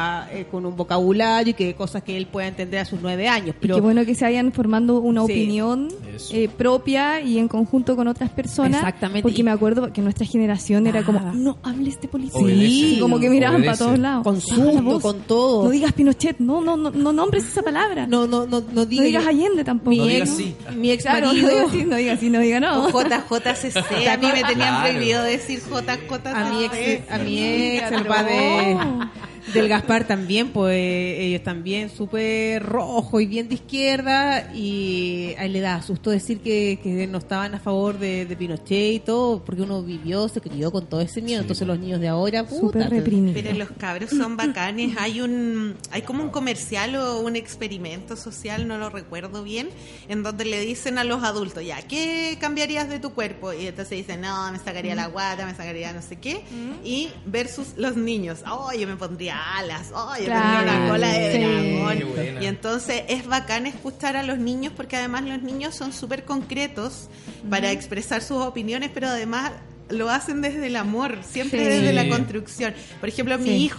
con un vocabulario y que cosas que él pueda entender a sus 9 años. Y Pero qué bueno que se vayan formando una Sí. opinión Eso. propia y en conjunto con otras personas. Exactamente. Porque Y- me acuerdo que nuestra generación era como, Ah. no hables de policía. Obedece. Y como que miraban Obedece. para todos lados. con Baja la susto, voz. con todo. No digas Pinochet, no nombres esa palabra. No No diga digas yo- Allende tampoco. No Mi digas ex, sí. mi ex Claro, no marido, digas sí, no diga no. O JJCC, a mí me tenían Claro. prohibido decir JJCC. a mi ex, el Pero- padre del Gaspar también, pues ellos también súper rojo y bien de izquierda, y a él le da susto decir que no estaban a favor de Pinochet y todo, porque uno vivió, se crió con todo ese miedo. Entonces los niños de ahora, puta, Súper reprimido. Pero los cabros son bacanes. Hay como un comercial o un experimento social, no lo recuerdo bien, en donde le dicen a los adultos, ya, ¿qué cambiarías de tu cuerpo? Y entonces dicen, no, me sacaría la guata, me sacaría no sé qué. Y versus los niños, oh, yo me pondría alas, oh, yo Claro, tendría una cola de sí. dragón. Qué buena. Y entonces es bacán escuchar a los niños, porque además los niños son súper concretos para expresar sus opiniones, pero además lo hacen desde el amor, siempre Sí. desde la construcción. Por ejemplo, Sí. mi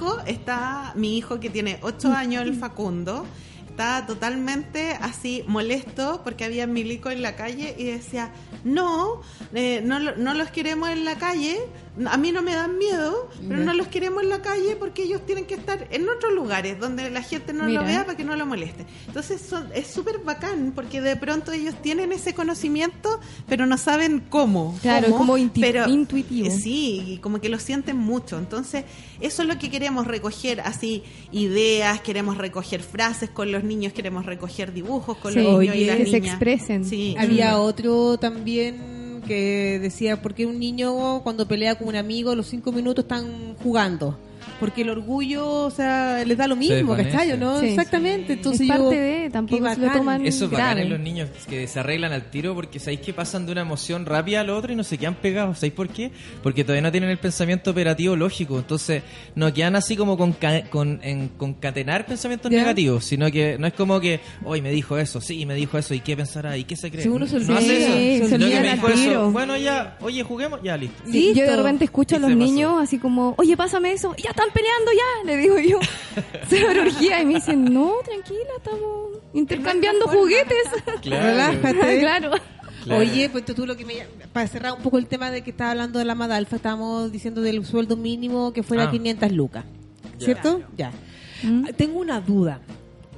hijo que tiene 8 años, el Facundo, está totalmente así molesto porque había milico en la calle y decía, no los queremos en la calle, a mí no me dan miedo, pero no los queremos en la calle porque ellos tienen que estar en otros lugares donde la gente no Mira. lo vea para que no lo moleste. Entonces es súper bacán porque de pronto ellos tienen ese conocimiento, pero no saben cómo. Claro, es como pero- intuitivo. Sí, y como que lo sienten mucho. Entonces, eso es lo que queremos recoger, así, ideas, queremos recoger frases con los niños, queremos recoger dibujos con Sí, los niños y oye, las que se niñas. expresen. Sí. Había otro también que decía, ¿por qué un niño cuando pelea con un amigo a los 5 minutos están jugando? Porque el orgullo, o sea, les da lo mismo, desvanece. ¿cachai? ¿No? Sí, Exactamente. Entonces es yo, parte de, tampoco qué se lo bacán. toman Eso es bacán grave. en los niños que se arreglan al tiro porque sabéis que pasan de una emoción rápida a la otra y no se quedan pegados. ¿Sabéis por qué? Porque todavía no tienen el pensamiento operativo lógico. Entonces no quedan así como concatenar pensamientos ¿Ya? negativos, sino que no es como que, hoy me dijo eso, sí, me dijo eso, ¿y qué pensará? ¿Y qué se cree? Si uno se no olvida, hace eso, se sino que olvidan me al dijo eso. tiro. Bueno, ya, oye, juguemos, ya, listo. Sí, yo de Listo. repente escucho a Y los se pasó. niños así como, oye, pásame eso, ya están peleando ya, le digo yo. Se urgía y me dicen, no, tranquila, estamos intercambiando juguetes. Relájate. Claro. Claro. Oye, pues tú lo que para cerrar un poco el tema de que estaba hablando de la Madalfa, estábamos diciendo del sueldo mínimo que fuera 500 lucas, Ya. ¿cierto? Ya. Tengo una duda.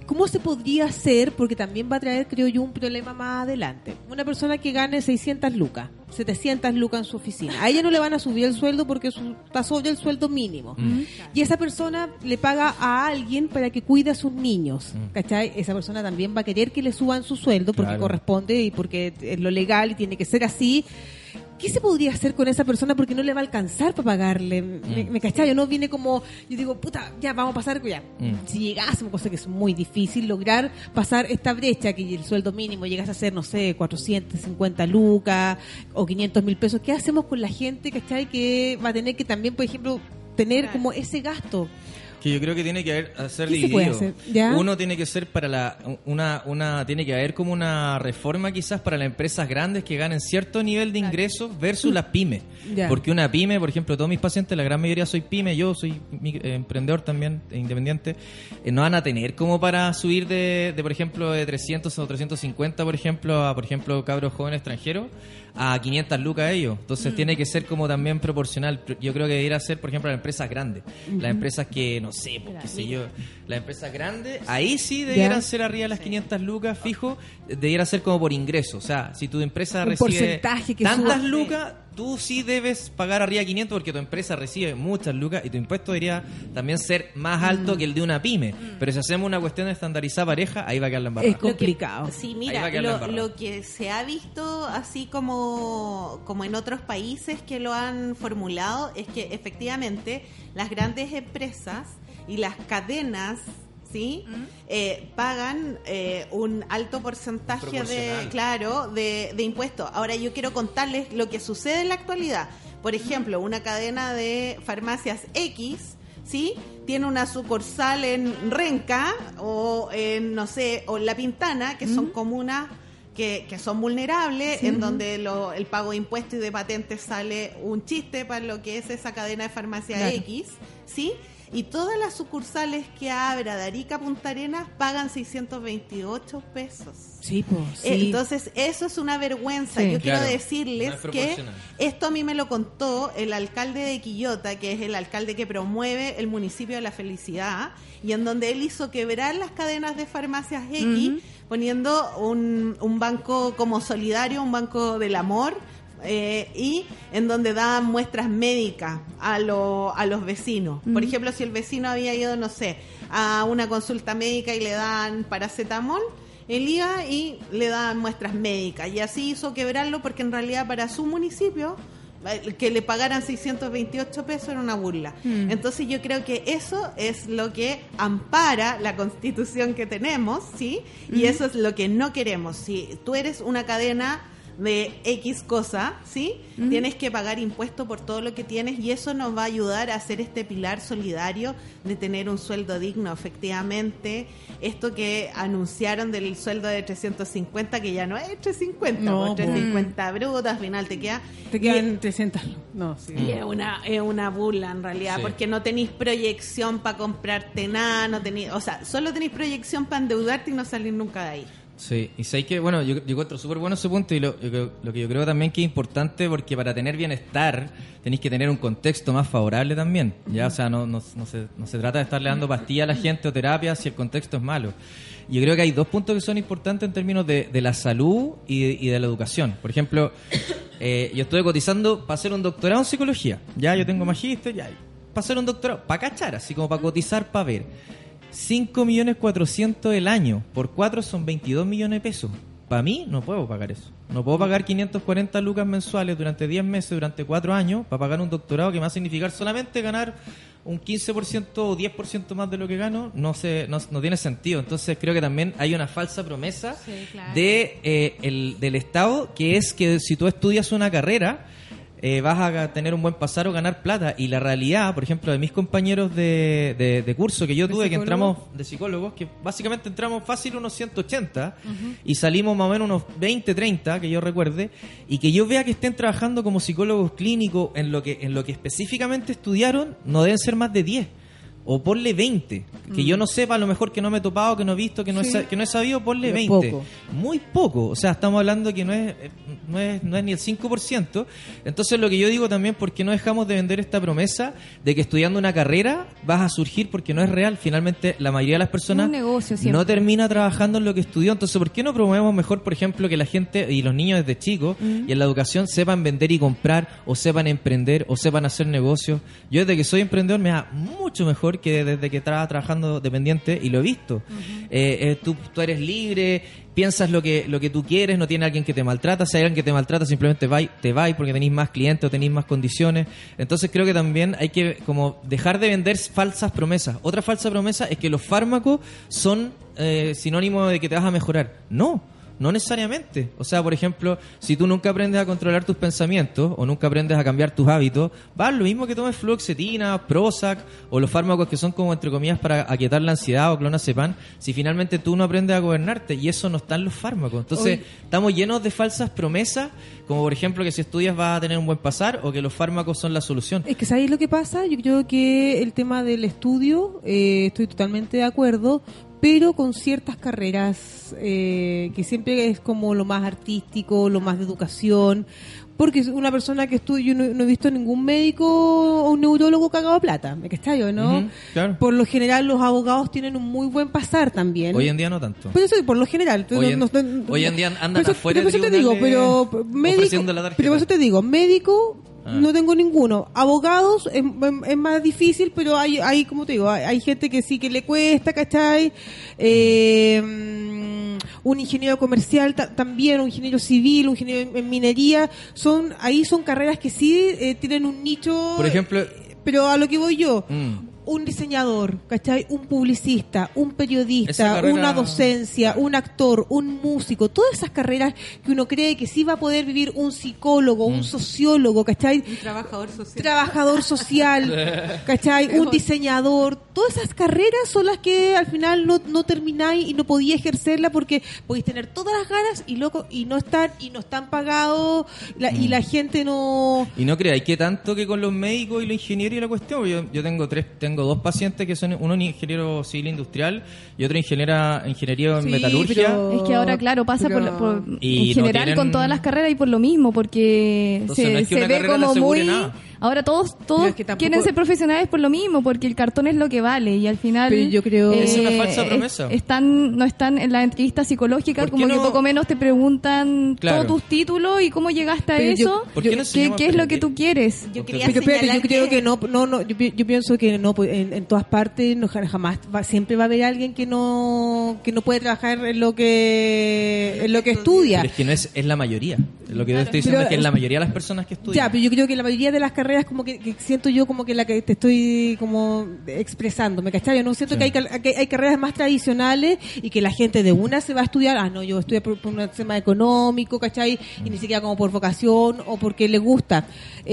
¿cómo se podría hacer? Porque también va a traer, creo yo, un problema más adelante. Una persona que gane 600 lucas, 700 lucas en su oficina. A ella no le van a subir el sueldo porque está sobre el sueldo mínimo. Y esa persona le paga a alguien para que cuide a sus niños. ¿Cachai? Esa persona también va a querer que le suban su sueldo porque corresponde y porque es lo legal y tiene que ser así. ¿Qué se podría hacer con esa persona? Porque no le va a alcanzar para pagarle. ¿Me cachai? Yo no viene como, yo digo, puta, ya vamos a pasar, ya. Si llegásemos, cosa que es muy difícil, lograr pasar esta brecha, que el sueldo mínimo llegas a ser, no sé, 450 lucas o 500.000 pesos. ¿Qué hacemos con la gente, cachai? Que va a tener que también, por ejemplo, tener como ese gasto. Que yo creo que tiene que ser ¿Qué se dividido. puede hacer? ¿Ya? Uno tiene que ser para tiene que haber como una reforma quizás para las empresas grandes que ganen cierto nivel de ingresos versus las pymes. Ya. Porque una pyme, por ejemplo, todos mis pacientes, la gran mayoría soy pyme, yo soy emprendedor también, independiente, no van a tener como para subir de por ejemplo, de 300 o 350, por ejemplo, a, por ejemplo, cabros jóvenes extranjeros, a 500 lucas ellos. Entonces tiene que ser como también proporcional. Yo creo que debería ser, por ejemplo, las empresas grandes. Las empresas que, no sé, pues, qué sé yo, las empresas grandes, ahí sí debieran ser arriba de las 500 lucas, fijo, debiera ser como por ingreso. O sea, si tu empresa Un recibe porcentaje que tantas suba. lucas, tú sí debes pagar arriba de 500 porque tu empresa recibe muchas lucas y tu impuesto debería también ser más alto que el de una pyme. Pero si hacemos una cuestión de estandarizar pareja, ahí va a quedar la embarrada. Es complicado. Sí, Ahí mira, va a quedar la embarrada. lo que se ha visto así como en otros países que lo han formulado es que efectivamente las grandes empresas y las cadenas, ¿sí? Pagan un alto porcentaje de impuestos. Ahora yo quiero contarles lo que sucede en la actualidad. Por ejemplo, una cadena de farmacias X, ¿sí? Tiene una sucursal en Renca o en, no sé, o en La Pintana, que son comunas que son vulnerables, en donde el pago de impuestos y de patentes sale un chiste para lo que es esa cadena de farmacia X, ¿sí? Y todas las sucursales que abra de Arica a Punta Arenas pagan 628 pesos. Sí, pues. Sí. Entonces, eso es una vergüenza. Sí. Yo quiero Claro, decirles no es que proporcional. esto a mí me lo contó el alcalde de Quillota, que es el alcalde que promueve el municipio de la felicidad, y en donde él hizo quebrar las cadenas de farmacias X, poniendo un banco como solidario, un banco del amor, y en donde daban muestras médicas a los vecinos. Por ejemplo, si el vecino había ido, no sé, a una consulta médica y le dan paracetamol, él iba y le daban muestras médicas. Y así hizo quebrarlo porque en realidad para su municipio que le pagaran 628 pesos era una burla. Entonces yo creo que eso es lo que ampara la Constitución que tenemos, ¿sí? Y eso es lo que no queremos. Si tú eres una cadena de X cosa, ¿sí? Tienes que pagar impuestos por todo lo que tienes y eso nos va a ayudar a hacer este pilar solidario de tener un sueldo digno. Efectivamente, esto que anunciaron del sueldo de 350, que ya no es 350, No, 350 brutos, al final te quedan 300. No, sí. y es una burla en realidad, Sí. porque no tenéis proyección para comprarte nada, no tenéis, o sea, solo tenéis proyección para endeudarte y no salir nunca de ahí. Sí, y sabéis que, bueno, yo encuentro súper bueno ese punto y lo que yo creo también que es importante porque para tener bienestar tenéis que tener un contexto más favorable también, ¿ya? O sea, no se trata de estarle dando pastillas a la gente o terapia si el contexto es malo. Yo creo que hay dos puntos que son importantes en términos de la salud y de la educación. Por ejemplo, yo estuve cotizando para hacer un doctorado en psicología, ya, yo tengo magíster, ya, para hacer un doctorado, para cachar, así como para cotizar, para ver. 5.400.000 el año, por 4 son 22 millones de pesos. Para mí no puedo pagar eso. No puedo pagar 540 lucas mensuales durante 10 meses, durante 4 años, para pagar un doctorado que me va a significar solamente ganar un 15% o 10% más de lo que gano. No tiene sentido. Entonces creo que también hay una falsa promesa del Estado, que es que si tú estudias una carrera, vas a tener un buen pasar o ganar plata. Y la realidad, por ejemplo, de mis compañeros de curso que yo tuve, que entramos de psicólogos, que básicamente entramos fácil unos 180 y salimos más o menos unos 20, 30, que yo recuerde, y que yo vea que estén trabajando como psicólogos clínicos en lo que específicamente estudiaron, no deben ser más de 10. O ponle 20. Que yo no sepa, a lo mejor que no me he topado, que no he visto, que no he sabido, ponle Es 20. poco. Muy poco. O sea, estamos hablando que no es ni el 5%. Entonces, lo que yo digo también, ¿por qué no dejamos de vender esta promesa de que estudiando una carrera vas a surgir? Porque no es real. Finalmente, la mayoría de las personas Un negocio siempre. no termina trabajando en lo que estudió. Entonces, ¿por qué no promovemos mejor, por ejemplo, que la gente y los niños desde chicos y en la educación sepan vender y comprar, o sepan emprender, o sepan hacer negocios? Yo desde que soy emprendedor me da mucho mejor que desde que estaba trabajando dependiente, y lo he visto. Tú eres libre, piensas lo que tú quieres, no tiene alguien que te maltrata. Si hay alguien que te maltrata, simplemente te vais porque tenéis más clientes o tenéis más condiciones. Entonces creo que también hay que como dejar de vender falsas promesas. Otra falsa promesa es que los fármacos son sinónimo de que te vas a mejorar. No necesariamente. O sea, por ejemplo, si tú nunca aprendes a controlar tus pensamientos o nunca aprendes a cambiar tus hábitos, va lo mismo que tomes fluoxetina, Prozac o los fármacos que son como, entre comillas, para aquietar la ansiedad o clonazepam, si finalmente tú no aprendes a gobernarte, y eso no está en los fármacos. Entonces, estamos llenos de falsas promesas, como por ejemplo que si estudias vas a tener un buen pasar, o que los fármacos son la solución. Es que ¿sabéis lo que pasa? Yo creo que el tema del estudio, estoy totalmente de acuerdo, pero con ciertas carreras que siempre es como lo más artístico, lo más de educación, porque una persona que estudia, yo no he visto ningún médico o un neurólogo cagado a plata, ¿me cachai, no? Ujú, claro. Por lo general los abogados tienen un muy buen pasar también. Hoy en día no tanto. Pero eso por lo general. Hoy en día andan por eso- afuera por eso de te digo, tribunales pero médico, ofreciendo la tarjeta. pero por eso te digo, médico no tengo ninguno. Abogados es más difícil, pero hay como te digo, hay gente que sí que le cuesta, ¿cachai? Un ingeniero comercial también, un ingeniero civil, un ingeniero en minería, son carreras que sí tienen un nicho. Por ejemplo, pero a lo que voy yo, un diseñador, ¿cachai? Un publicista, un Esa periodista, carrera- una docencia, un actor, un músico, todas esas carreras que uno cree que sí va a poder vivir un psicólogo, un sociólogo, ¿cachai? Un Trabajador social, ¿cachai? Un diseñador, todas esas carreras son las que al final no termináis y no podía ejercerla porque podéis tener todas las ganas y no están pagados y la gente no. Y no creáis que tanto que con los médicos y los ingenieros y la cuestión. Yo tengo dos pacientes que son uno ingeniero civil industrial y otro ingeniería en Sí, metalurgia. pero- Es que ahora, claro, pasa pero- Y en no general tienen- con todas las carreras y por lo mismo, porque Entonces, no es que se una ve carrera le como asegure muy... nada. Ahora todos Pero es que tampoco- quieren ser profesionales por lo mismo, porque el cartón es lo que vale y al final... Pero yo creo- Es una falsa promesa. No están en la entrevista psicológica, ¿Por qué como que no? poco menos te preguntan Claro. todos tus títulos y cómo llegaste a Pero yo- eso, ¿Por qué no qué enseñamos es a lo que aprender? tú quieres. Yo quería Pero espérate, señalar yo creo que no, yo pienso que no, pues en todas partes jamás siempre va a haber alguien que no puede trabajar en lo que estudia. Pero es que no es la mayoría. Lo que yo estoy diciendo Pero- es que es la mayoría de las personas que estudian. Ya, pero yo creo que la mayoría de las carreras como que siento yo como que la que te estoy como expresando, ¿me cachai? Yo no siento Sí. que hay carreras más tradicionales y que la gente de una se va a estudiar, no, yo estudio por un tema económico, ¿cachai? Y ni siquiera como por vocación o porque le gusta.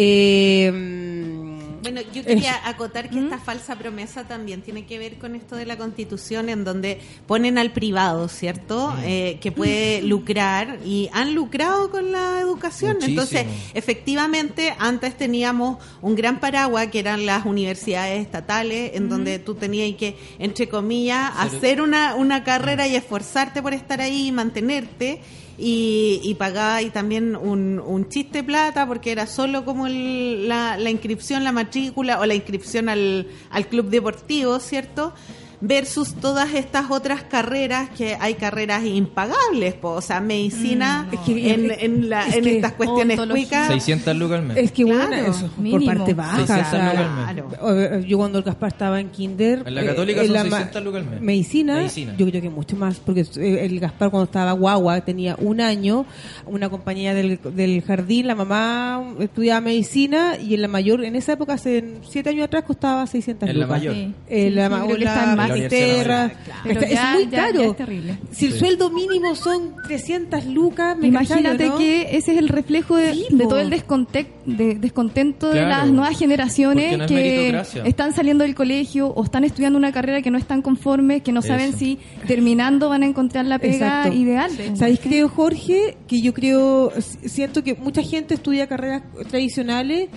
Bueno, yo quería acotar que esta falsa promesa también tiene que ver con esto de la Constitución, en donde ponen al privado, ¿cierto? Que puede lucrar, y han lucrado con la educación. Muchísimo. Entonces, efectivamente, antes teníamos un gran paraguas que eran las universidades estatales, en donde tú tenías que, entre comillas, hacer una carrera y esforzarte por estar ahí y mantenerte. Y pagaba y también un chiste plata porque era solo como la inscripción, la matrícula o la inscripción al club deportivo, ¿cierto? Versus todas estas otras carreras, que hay carreras impagables, o sea, medicina Es que- en es que estas cuestiones odontología. cuicas. 600 lucas al mes. Es que bueno, Claro, eso, por mínimo. parte baja. 600 o sea, lucas al mes. Claro. yo cuando el Gaspar estaba en kinder En la Católica son 600 lucas al mes. Medicina, Medicina. yo creo que mucho más, porque el Gaspar cuando estaba guagua tenía un año, una compañía del jardín, la mamá estudiaba medicina y en la mayor, en esa época hace 7 años atrás costaba 600 En la lucas. mayor. Sí. La creo que está en más. Magisterra, Pero es ya- muy ya caro. es terrible. Si el sueldo mínimo son 300 lucas, ¿me Imagínate cachai, o no? que ese es el reflejo Sí, de po. todo el descontento de Claro. las nuevas Porque generaciones no es que meritocracia. están saliendo del colegio o están estudiando una carrera que no están conformes, que no saben Eso. si terminando van a encontrar la pega Exacto. ideal. ¿Sabéis, creo, Jorge? Que yo creo, siento que mucha gente estudia carreras tradicionales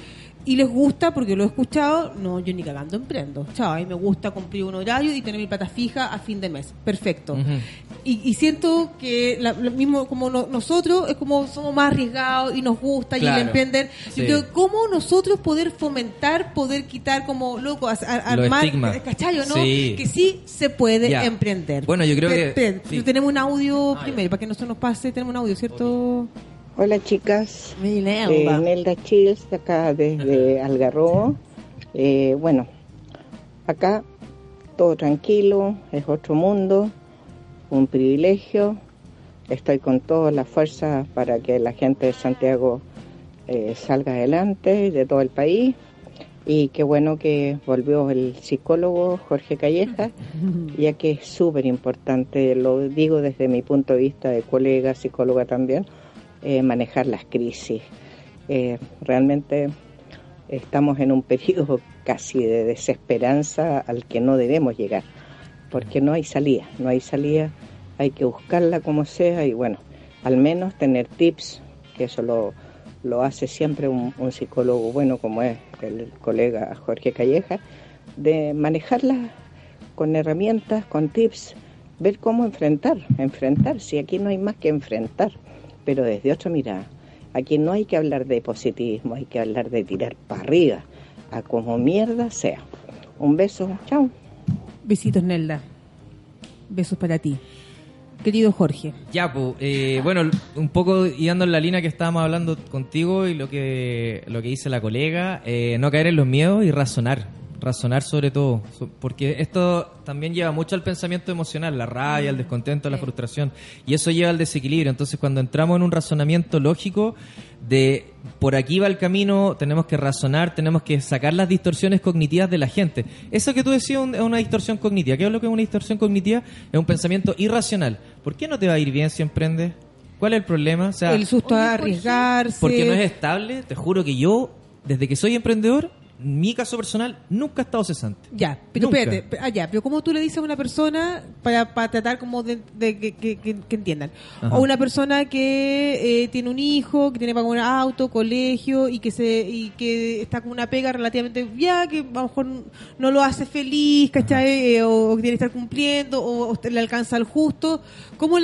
y les gusta porque lo he escuchado. No, yo ni cagando emprendo. Chao, a mí me gusta cumplir un horario y tener mi plata fija a fin de mes. Perfecto. Y siento que lo mismo como nosotros, es como somos más arriesgados y nos gusta y Claro. el emprender. Sí. Yo creo, ¿cómo nosotros poder fomentar, poder quitar como loco, armar, estigmas. ¿cachai o no? Sí. Que sí se puede Ya. emprender. Bueno, yo creo que... sí. Tenemos un audio ya. primero, para que no se nos pase, tenemos un audio, ¿cierto? Hola chicas, Nelda. Nelda Chills, de acá desde Algarrobo. Bueno, acá todo tranquilo, es otro mundo, un privilegio. Estoy con toda la fuerza para que la gente de Santiago salga adelante, de todo el país. Y qué bueno que volvió el psicólogo Jorge Calleja, ya que es súper importante, lo digo desde mi punto de vista de colega, psicóloga también, manejar las crisis. Realmente estamos en un periodo casi de desesperanza al que no debemos llegar, porque no hay salida, hay que buscarla como sea y bueno, al menos tener tips, que eso lo hace siempre un psicólogo bueno como es el colega Jorge Calleja, de manejarlas con herramientas, con tips, ver cómo enfrentar, si aquí no hay más que enfrentar, pero desde otra mirada. Aquí no hay que hablar de positivismo, hay que hablar de tirar para arriba, a como mierda sea. Un beso, chao. Besitos, Nelda. Besos para ti. Querido Jorge. Ya, pues, bueno, un poco guiando en la línea que estábamos hablando contigo y lo que dice la colega, no caer en los miedos y razonar sobre todo, porque esto también lleva mucho al pensamiento emocional, la rabia, el descontento, la frustración, y eso lleva al desequilibrio. Entonces, cuando entramos en un razonamiento lógico de por aquí va el camino, tenemos que razonar, tenemos que sacar las distorsiones cognitivas de la gente. Eso que tú decías es una distorsión cognitiva. ¿Qué es lo que es una distorsión cognitiva? Es un pensamiento irracional. ¿Por qué no te va a ir bien si emprendes? ¿Cuál es el problema? O sea, El susto a arriesgarse. porque no es estable. Te juro que yo, desde que soy emprendedor, mi caso personal nunca ha estado cesante. Ya, pero Nunca. espérate, pero ¿cómo tú le dices a una persona para tratar como de que entiendan? Ajá. O una persona que tiene un hijo, que tiene para un auto, colegio y que está con una pega relativamente ya, que a lo mejor no lo hace feliz, ¿cachai? O que tiene que estar cumpliendo, o le alcanza el justo. ¿Cómo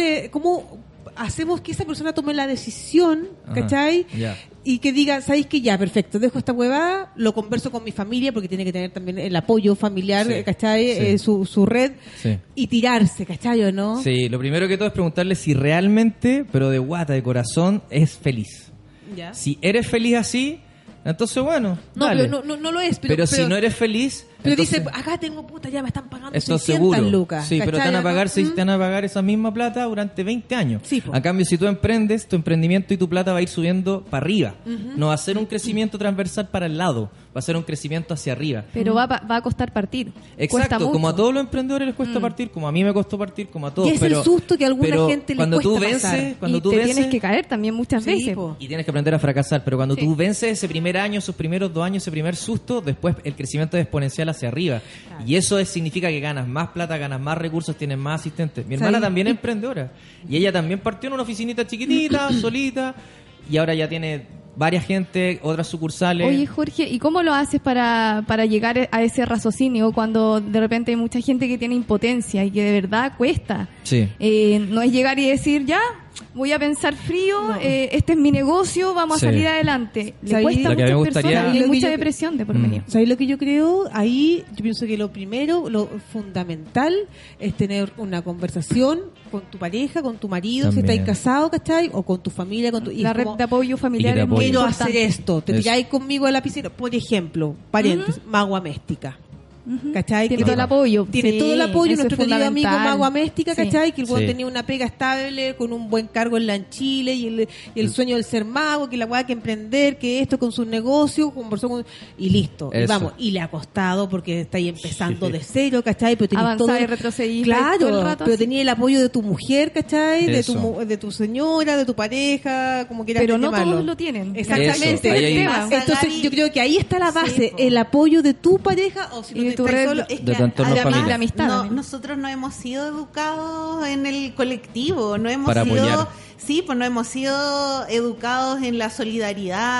hacemos que esa persona tome la decisión, ¿cachai? Ya. Y que diga, ¿sabéis qué? Ya, perfecto, dejo esta huevada, lo converso con mi familia, porque tiene que tener también el apoyo familiar, Sí, ¿cachai? sí. Su red, Sí. y tirarse, ¿cachai o no? Sí, lo primero que todo es preguntarle si realmente, pero de guata, de corazón, es feliz. ¿Ya? Si eres feliz así, entonces bueno, No, dale. pero no lo es. Pero si no eres feliz, Pero entonces, dice, acá tengo puta, ya me están pagando esto 600 seguro. lucas. Sí, pero te ¿cachai van a o no? pagar te van a pagar esa misma plata durante 20 años. Sí, po. A cambio, si tú emprendes, tu emprendimiento y tu plata va a ir subiendo para arriba. No va a ser un crecimiento transversal para el lado, va a ser un crecimiento hacia arriba. Pero va a costar partir. Cuesta Exacto, mucho. como a todos los emprendedores les cuesta partir, como a mí me costó partir, como a todos. Y es pero, el susto que a alguna pero gente le cuando cuesta tú vences, pasar. cuando Y tú te vences, tienes que caer también muchas Sí, veces. po. y tienes que aprender a fracasar, pero cuando Sí. tú vences ese primer año, esos primeros 2 años, ese primer susto, después el crecimiento es exponencial hacia arriba. Y eso significa que ganas más plata, ganas más recursos, tienes más asistentes. Mi hermana Sí. también es emprendedora. Y ella también partió en una oficinita chiquitita, solita, y ahora ya tiene varias gente, otras sucursales. Oye, Jorge, ¿y cómo lo haces para llegar a ese raciocinio cuando de repente hay mucha gente que tiene impotencia y que de verdad cuesta? Sí. No es llegar y decir, ya, voy a pensar frío, este es mi negocio, vamos Sí. a salir adelante. Le ¿Sabes? cuesta a Lo que a mí me muchas gustaría- personas y hay Lo que mucha yo- depresión de por medio. ¿Sabes lo que yo creo? Ahí yo pienso que lo primero, lo fundamental es tener una conversación con tu pareja, con tu marido, si También. estáis casado, ¿cachai? O con tu familia, con tu La es red como, de apoyo familiar Y que te es muy apoyen. quiero importante. hacer esto, te Eso. tiráis conmigo a la piscina. Por ejemplo, paréntesis, Magua Méstica. Ujú. ¿Cachai? Tiene Que todo el apoyo. Tiene Sí, todo el apoyo, eso nuestro es querido amigo fundamental. Magua Méstica, Sí. ¿cachai? Que el weón Sí. tenía una pega estable, con un buen cargo en la en Chile, y el sueño del ser mago, que la weá que emprender, que esto con sus negocios, conversó con, y listo. Y Eso. vamos, y le ha costado porque está ahí empezando de cero, ¿cachai? Pero tenés Avanzar todo y retroceder Claro, todo el rato pero así. tenía el apoyo de tu mujer, ¿cachai? Eso. De tu señora, de tu pareja, como quieras Pero no llamarlo. todos lo tienen. Exactamente. Eso, ahí hay- Entonces yo creo que ahí está la base, po. el apoyo de tu pareja, o si no Y de te tu estás red solo, Es de tu entorno además, familiar. La amistad no, también. nosotros no hemos sido educados en el colectivo, no hemos Para sido, apoyar. sí, pues no hemos sido educados en la solidaridad,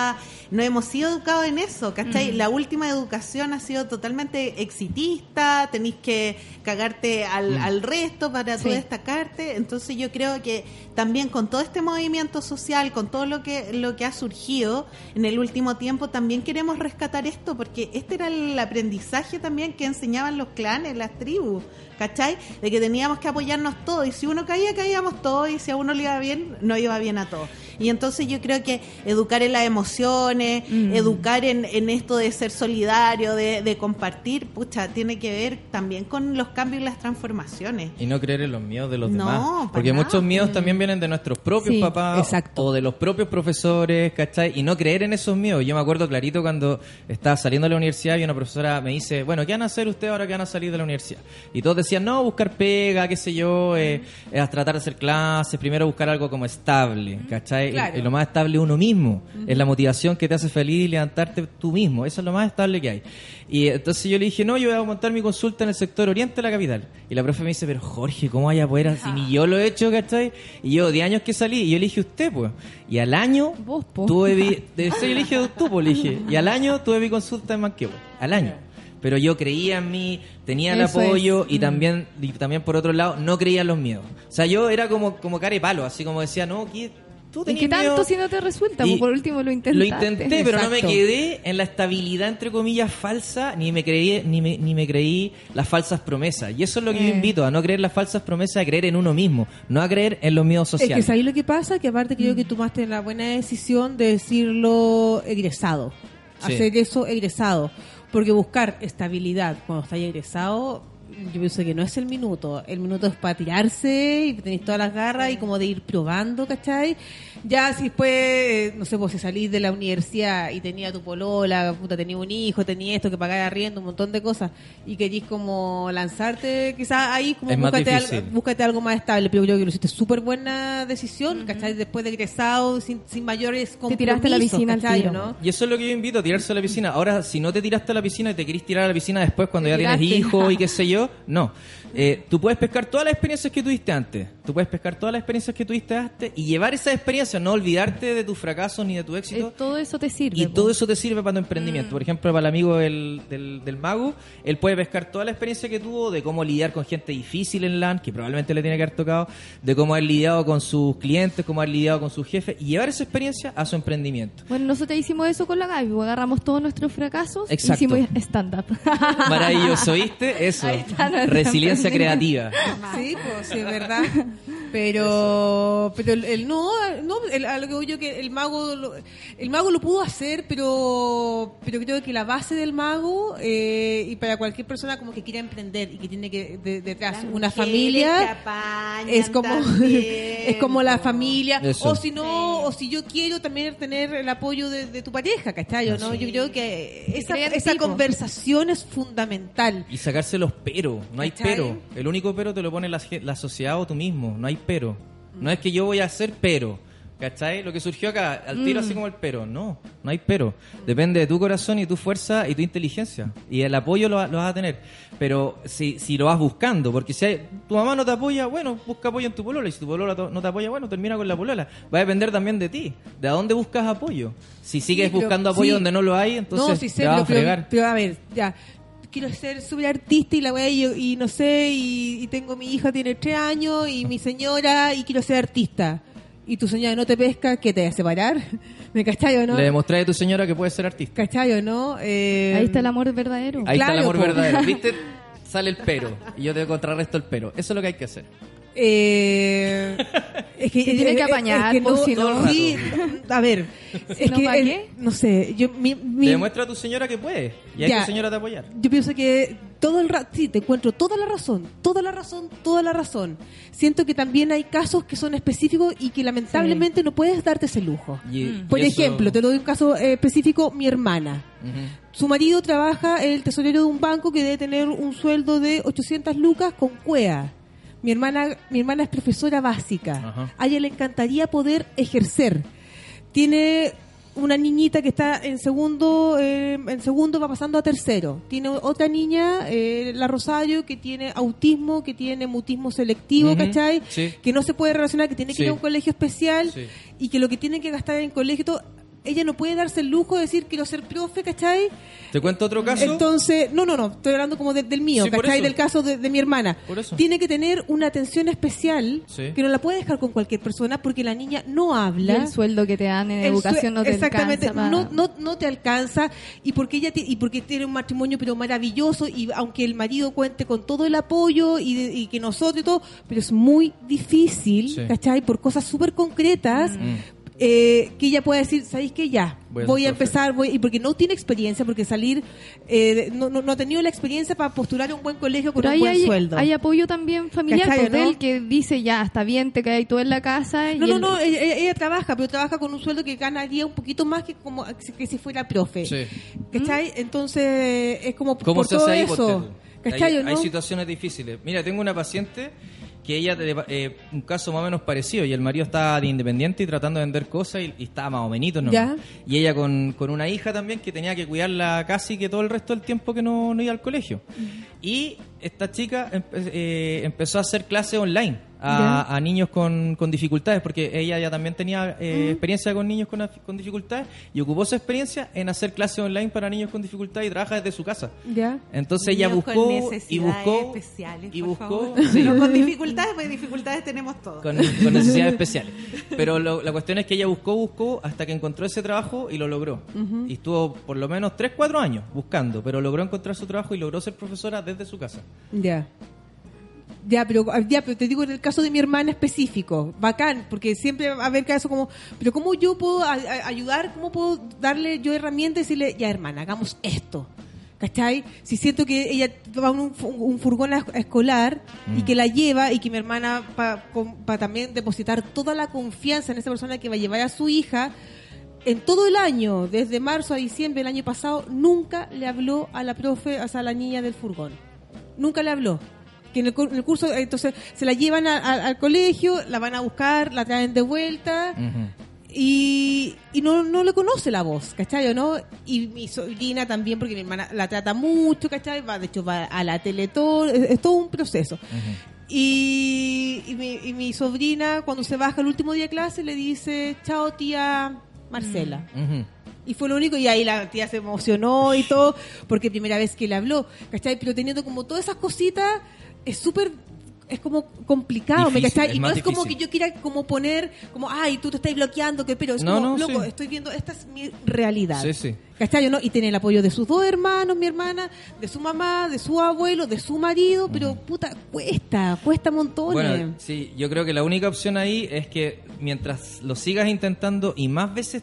no hemos sido educados en eso, ¿cachai? La última educación ha sido totalmente exitista, tenéis que cagarte al resto para tú destacarte. Entonces yo creo que también con todo este movimiento social, con todo lo que ha surgido en el último tiempo, también queremos rescatar esto, porque este era el aprendizaje también que enseñaban los clanes, las tribus, ¿cachai? De que teníamos que apoyarnos todos, y si uno caía, caíamos todos, y si a uno le iba bien, no iba bien a todos. Y entonces yo creo que educar en las emociones, educar en esto de ser solidario, de compartir, pucha, tiene que ver también con los cambios y las transformaciones. Y no creer en los miedos de los No, demás. para Porque nada. muchos miedos también vienen de nuestros propios Sí, papás exacto. o de los propios profesores, ¿cachai? Y no creer en esos miedos. Yo me acuerdo clarito cuando estaba saliendo de la universidad y una profesora me dice, bueno, ¿qué van a hacer ustedes ahora que van a salir de la universidad? Y todos decían, no, buscar pega, qué sé yo, a tratar de hacer clases, primero buscar algo como estable, ¿cachai? Claro. Y lo más estable uno mismo, es la motivación que te hace feliz y levantarte tú mismo, eso es lo más estable que hay. Y entonces yo le dije, no, yo voy a montar mi consulta en el sector oriente de la capital. Y la profe me dice, pero Jorge, ¿cómo vaya a poder así? Ni yo lo he hecho, ¿cachai? Y yo 10 años que salí, y yo le dije, usted, pues. Y al año Vos, po. tuve yo le dije, tú, pues, le dije. Y al año tuve mi consulta en Manquehue, al año. Pero yo creía en mí, tenía el Eso apoyo es. y también por otro lado no creía en los miedos. O sea, yo era como cara y palo, así como decía, no, tú ¿Y tenías qué tanto miedo. si no te resulta? Y Pues por último lo intentaste. Lo intenté, pero no me Exacto. quedé en la estabilidad, entre comillas, falsa, ni me creí las falsas promesas. Y eso es lo que yo invito, a no creer las falsas promesas, a creer en uno mismo, no a creer en los miedos Es sociales. que ¿sabes lo que pasa? Que aparte creo que tomaste la buena decisión de decirlo egresado. Sí. Hacer eso egresado. Porque buscar estabilidad cuando estás egresado, yo pienso que no es el minuto. El minuto es para tirarse y tenéis todas las garras y como de ir probando, ¿cachai? Ya si después, no sé, pues si salís de la universidad y tenía tu polola, puta, tenía un hijo, tenía esto, que pagar arriendo, un montón de cosas, y querís como lanzarte, quizás ahí como Es más difícil. búscate algo más estable, pero yo creo que lo hiciste súper buena decisión, ¿cachai? Después de egresado, sin mayores compromisos, tiraste a la piscina al ¿cachai? tiro. ¿No? Y eso es lo que yo invito, a tirarse a la piscina. Ahora, si no te tiraste a la piscina y te querís tirar a la piscina después cuando ya tienes tiraste. hijos y qué sé yo, no. Tú puedes pescar todas las experiencias que tuviste antes. Y llevar esas experiencias, no olvidarte de tus fracasos ni de tu éxito. Todo eso te sirve. Y po. todo eso te sirve para tu emprendimiento. Por ejemplo, para el amigo del mago, él puede pescar toda la experiencia que tuvo de cómo lidiar con gente difícil en LAN, que probablemente le tiene que haber tocado, de cómo haber lidiado con sus clientes, cómo haber lidiado con sus jefes, y llevar esa experiencia a su emprendimiento. Bueno, nosotros hicimos eso con la Gaby, pues agarramos todos nuestros fracasos, Exacto. hicimos stand-up. Maravilloso, ¿viste? Eso. Ahí está nuestra Resiliencia emprendimiento. creativa. Sí, pues sí, es verdad. Pero a lo que voy yo, que el mago lo pudo hacer, pero creo que la base del mago, y para cualquier persona como que quiera emprender y que tiene que detrás una familia, es como es como la familia, Eso. o si no, o si yo quiero también tener el apoyo de tu pareja, ¿cachai? ¿No? Yo creo que esa conversación es fundamental. Y sacarse los peros. No hay ¿Cachai? pero. El único pero te lo pone la sociedad o tú mismo. No hay pero. No es que yo voy a hacer pero. ¿Cachai? Lo que surgió acá, al tiro así como el pero. No hay pero. Depende de tu corazón y tu fuerza y tu inteligencia. Y el apoyo lo vas a tener. Pero si lo vas buscando, porque si tu mamá no te apoya, bueno, busca apoyo en tu polola. Y si tu polola no te apoya, bueno, termina con la polola. Va a depender también de ti. ¿De a dónde buscas apoyo? Si sigues Sí, pero- buscando apoyo sí. donde no lo hay, entonces sí te sé, vas a fregar. pero a ver, ya. Quiero ser súper artista y la weá, y no sé, y tengo mi hija, tiene 3 años, y mi señora, y quiero ser artista. Y tu señora no te pesca, ¿qué te va a separar? ¿Me cachai o no? Le demostré a tu señora que puede ser artista. ¿Cachai o no? Ahí está el amor verdadero. Ahí está Claro, el amor po. verdadero. ¿Viste? Sale el pero. Y yo te contrarresto el pero. Eso es lo que hay que hacer. Es que Se tiene que apañar, es que pues, si no- sí, a ver, es no, que ¿pa' qué? no sé, yo Le demuestra a tu señora que puede. Y hay Ya. que tu señora te apoyar. Yo pienso que todo el rato, sí, te encuentro toda la razón. Siento que también hay casos que son específicos y que lamentablemente no puedes darte ese lujo. Por eso- ejemplo, te doy un caso específico, mi hermana. Ujú. Su marido trabaja en el tesorero de un banco que debe tener un sueldo de 800 lucas con cuea. Mi hermana es profesora básica. Ajá. A ella le encantaría poder ejercer. Tiene una niñita que está en segundo va pasando a tercero. Tiene otra niña, la Rosario, que tiene autismo, que tiene mutismo selectivo, Ujú, ¿cachai? sí. Que no se puede relacionar, que tiene que Sí. ir a un colegio especial Sí. y que lo que tiene que gastar en colegio todo, ella no puede darse el lujo de decir quiero ser profe, ¿cachai? ¿Te cuento otro caso? Entonces, no, estoy hablando como del mío, Sí, por ¿cachai? eso. Del caso de mi hermana. Por eso. Tiene que tener una atención especial Sí. que no la puede dejar con cualquier persona porque la niña no Y habla. el sueldo que te dan en El educación no te exactamente, alcanza. no te alcanza, y porque ella y porque tiene un matrimonio pero maravilloso, y aunque el marido cuente con todo el apoyo y que nosotros y todo, pero es muy difícil, Sí. ¿cachai? Por cosas súper concretas. Que ella pueda decir, ¿sabéis qué? Ya, voy a empezar, y porque no tiene experiencia, porque salir, no ha tenido la experiencia para postular a un buen colegio con Pero un ahí buen sueldo. hay apoyo también familiar, ¿Cachai, pues, de no? él que dice, ya, está bien, te quedas tú en la casa. y él- No, ella trabaja, pero trabaja con un sueldo que ganaría un poquito más que si fuera profe. Sí. ¿Cachai? Entonces, es como ¿Cómo por se todo hace ahí? eso. Porque ¿Cachai o hay no? situaciones difíciles. Mira, tengo una paciente que ella, un caso más o menos parecido, y el marido estaba de independiente y tratando de vender cosas y estaba más o menos, ¿no? Ya. Y ella con una hija también que tenía que cuidarla casi que todo el resto del tiempo que no iba al colegio. Y esta chica empezó a hacer clases online a niños con dificultades, porque ella ya también tenía experiencia con niños con dificultades, y ocupó esa experiencia en hacer clases online para niños con dificultades y trabaja desde su casa. Ya. Entonces ella Niños buscó con y necesidades buscó especiales, y por buscó favor. sí, No con dificultades, porque dificultades tenemos todos. con necesidades especiales. Pero la cuestión es que ella buscó hasta que encontró ese trabajo y lo logró. Y estuvo por lo menos 3-4 años buscando, pero logró encontrar su trabajo y logró ser profesora desde su casa. Ya, pero te digo en el caso de mi hermana específico, bacán, porque siempre va a haber casos como, pero ¿cómo yo puedo ayudar? ¿Cómo puedo darle yo herramientas y decirle, ya hermana, hagamos esto? ¿Cachai? Si siento que ella va en un furgón escolar y que la lleva, y que mi hermana para también depositar toda la confianza en esa persona que va a llevar a su hija, en todo el año, desde marzo a diciembre del año pasado, nunca le habló a la profe, o sea, a la niña del furgón. Nunca le habló. Que en el curso, entonces, se la llevan al colegio, la van a buscar, la traen de vuelta, y no le conoce la voz, ¿cachai o no? Y mi sobrina también, porque mi hermana la trata mucho, ¿cachai? De hecho, va a la Teletón, es todo un proceso. Y mi sobrina, cuando se baja el último día de clase, le dice, chao tía Marcela. Y fue lo único, y ahí la tía se emocionó y todo, porque primera vez que le habló, ¿cachai? Pero teniendo como todas esas cositas, es como complicado, Difícil, ¿cachai? es Y no más es como difícil. que yo quiera como poner, como, ay, tú te estás bloqueando, pero es No, como, no, loco, sí. estoy viendo, esta es mi realidad. Sí, sí. ¿Cachai o no? Y tiene el apoyo de sus dos hermanos, mi hermana, de su mamá, de su abuelo, de su marido, pero puta, cuesta montones. Bueno, sí, yo creo que la única opción ahí es que mientras lo sigas intentando y más veces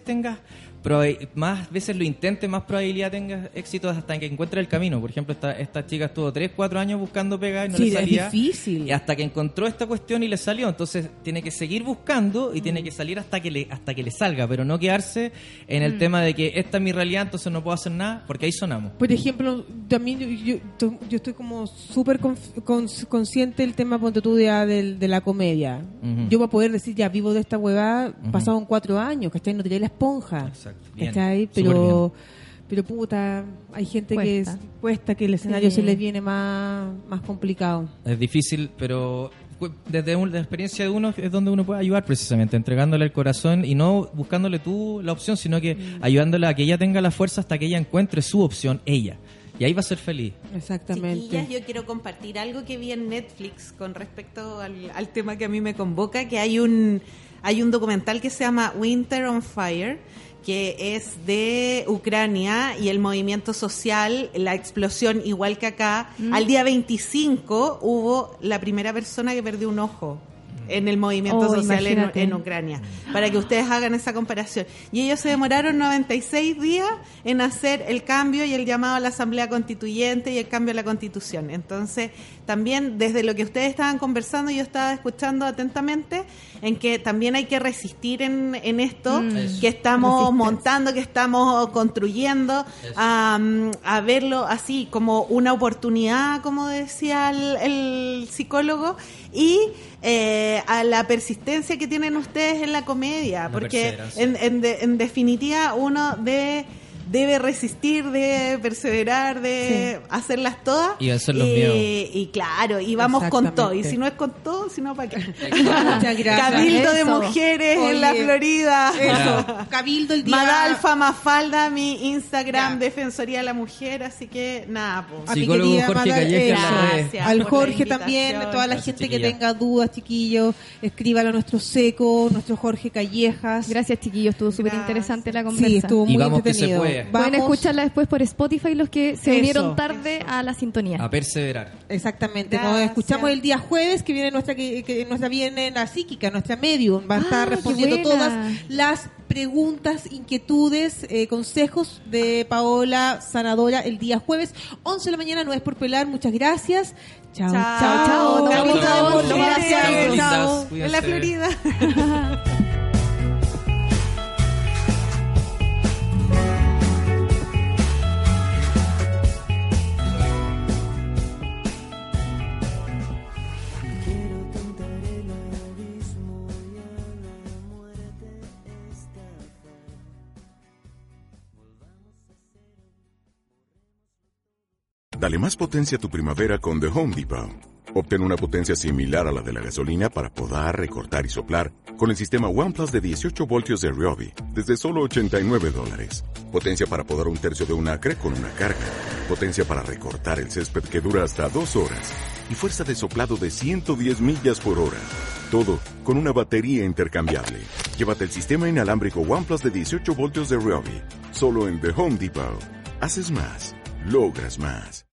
más veces lo intentes, más probabilidad tengas éxito hasta que encuentres el camino. Por ejemplo, esta chica estuvo 3-4 años buscando pegar y no Sí, le salía. es difícil. Y hasta que encontró esta cuestión y le salió. Entonces tiene que seguir buscando y tiene que salir hasta que le salga, pero no quedarse en el tema de que esta es mi realidad, entonces no puedo hacer nada, porque ahí sonamos. Por ejemplo, también yo estoy como súper consciente del tema, ponte tú, de la comedia. Yo voy a poder decir, ya vivo de esta huevada, pasaron 4 años, ¿cachai? No tiré la esponja. Exacto. Bien. ¿Cachai? Pero puta, hay gente cuesta que el escenario se les viene más complicado. Es difícil, pero desde la experiencia de uno es donde uno puede ayudar, precisamente, entregándole el corazón y no buscándole tú la opción, sino que ayudándola a que ella tenga la fuerza hasta que ella encuentre su opción, ella. Y ahí va a ser feliz. Exactamente. Chiquillas, yo quiero compartir algo que vi en Netflix con respecto al tema que a mí me convoca, que hay un documental que se llama Winter on Fire, que es de Ucrania y el movimiento social, la explosión, igual que acá. Al día 25 hubo la primera persona que perdió un ojo en el movimiento social en Ucrania, para que ustedes hagan esa comparación. Y ellos se demoraron 96 días en hacer el cambio y el llamado a la Asamblea Constituyente y el cambio a la Constitución. Entonces, también desde lo que ustedes estaban conversando, yo estaba escuchando atentamente, en que también hay que resistir en esto que estamos montando, que estamos construyendo, a verlo así como una oportunidad, como decía el psicólogo, y a la persistencia que tienen ustedes en la comedia, porque en definitiva uno debe debe resistir, de perseverar, de hacerlas todas. Y vencer los miedos. Y claro, y vamos con todo. Y si no es con todo, si no, ¿para qué? Muchas gracias. Cabildo de Eso. mujeres Oye, en la Florida. Eso, Cabildo el día... Madalfa Mafalda, mi Instagram, Ya. Defensoría de la Mujer, así que nada, pues. A mi Psicólogo querida Jorge Madal- Calleja en las Gracias. redes. Al por la Jorge también, invitación. a toda la Gracias, gente que chiquilla. tenga dudas, chiquillos, escríbalo a nuestro Seco, nuestro Jorge Callejas. Gracias, chiquillos. Estuvo súper interesante la conversa. Sí, estuvo Y muy vamos que se entretenido. puede. Pueden Vamos- escucharla después por Spotify los que se Eso, unieron tarde a la sintonía. A perseverar. Exactamente, nos Gracias. escuchamos el día jueves que viene nuestra viene la psíquica, nuestra medium, va a estar qué respondiendo buena. todas las preguntas, inquietudes, consejos de Paola Sanadora el día jueves, 11 de la mañana, no es por pelar, muchas gracias. Chao, Chao, chao. Nos Cabildo vemos de todos. Mujeres. Gracias. Chao, bonitas. Chao. En Cuídense. la Florida. Dale más potencia a tu primavera con The Home Depot. Obtén una potencia similar a la de la gasolina para podar, recortar y soplar con el sistema OnePlus de 18 voltios de Ryobi desde solo $89. Potencia para podar un tercio de un acre con una carga. Potencia para recortar el césped que dura hasta 2 horas. Y fuerza de soplado de 110 millas por hora. Todo con una batería intercambiable. Llévate el sistema inalámbrico OnePlus de 18 voltios de Ryobi. Solo en The Home Depot. Haces más. Logras más.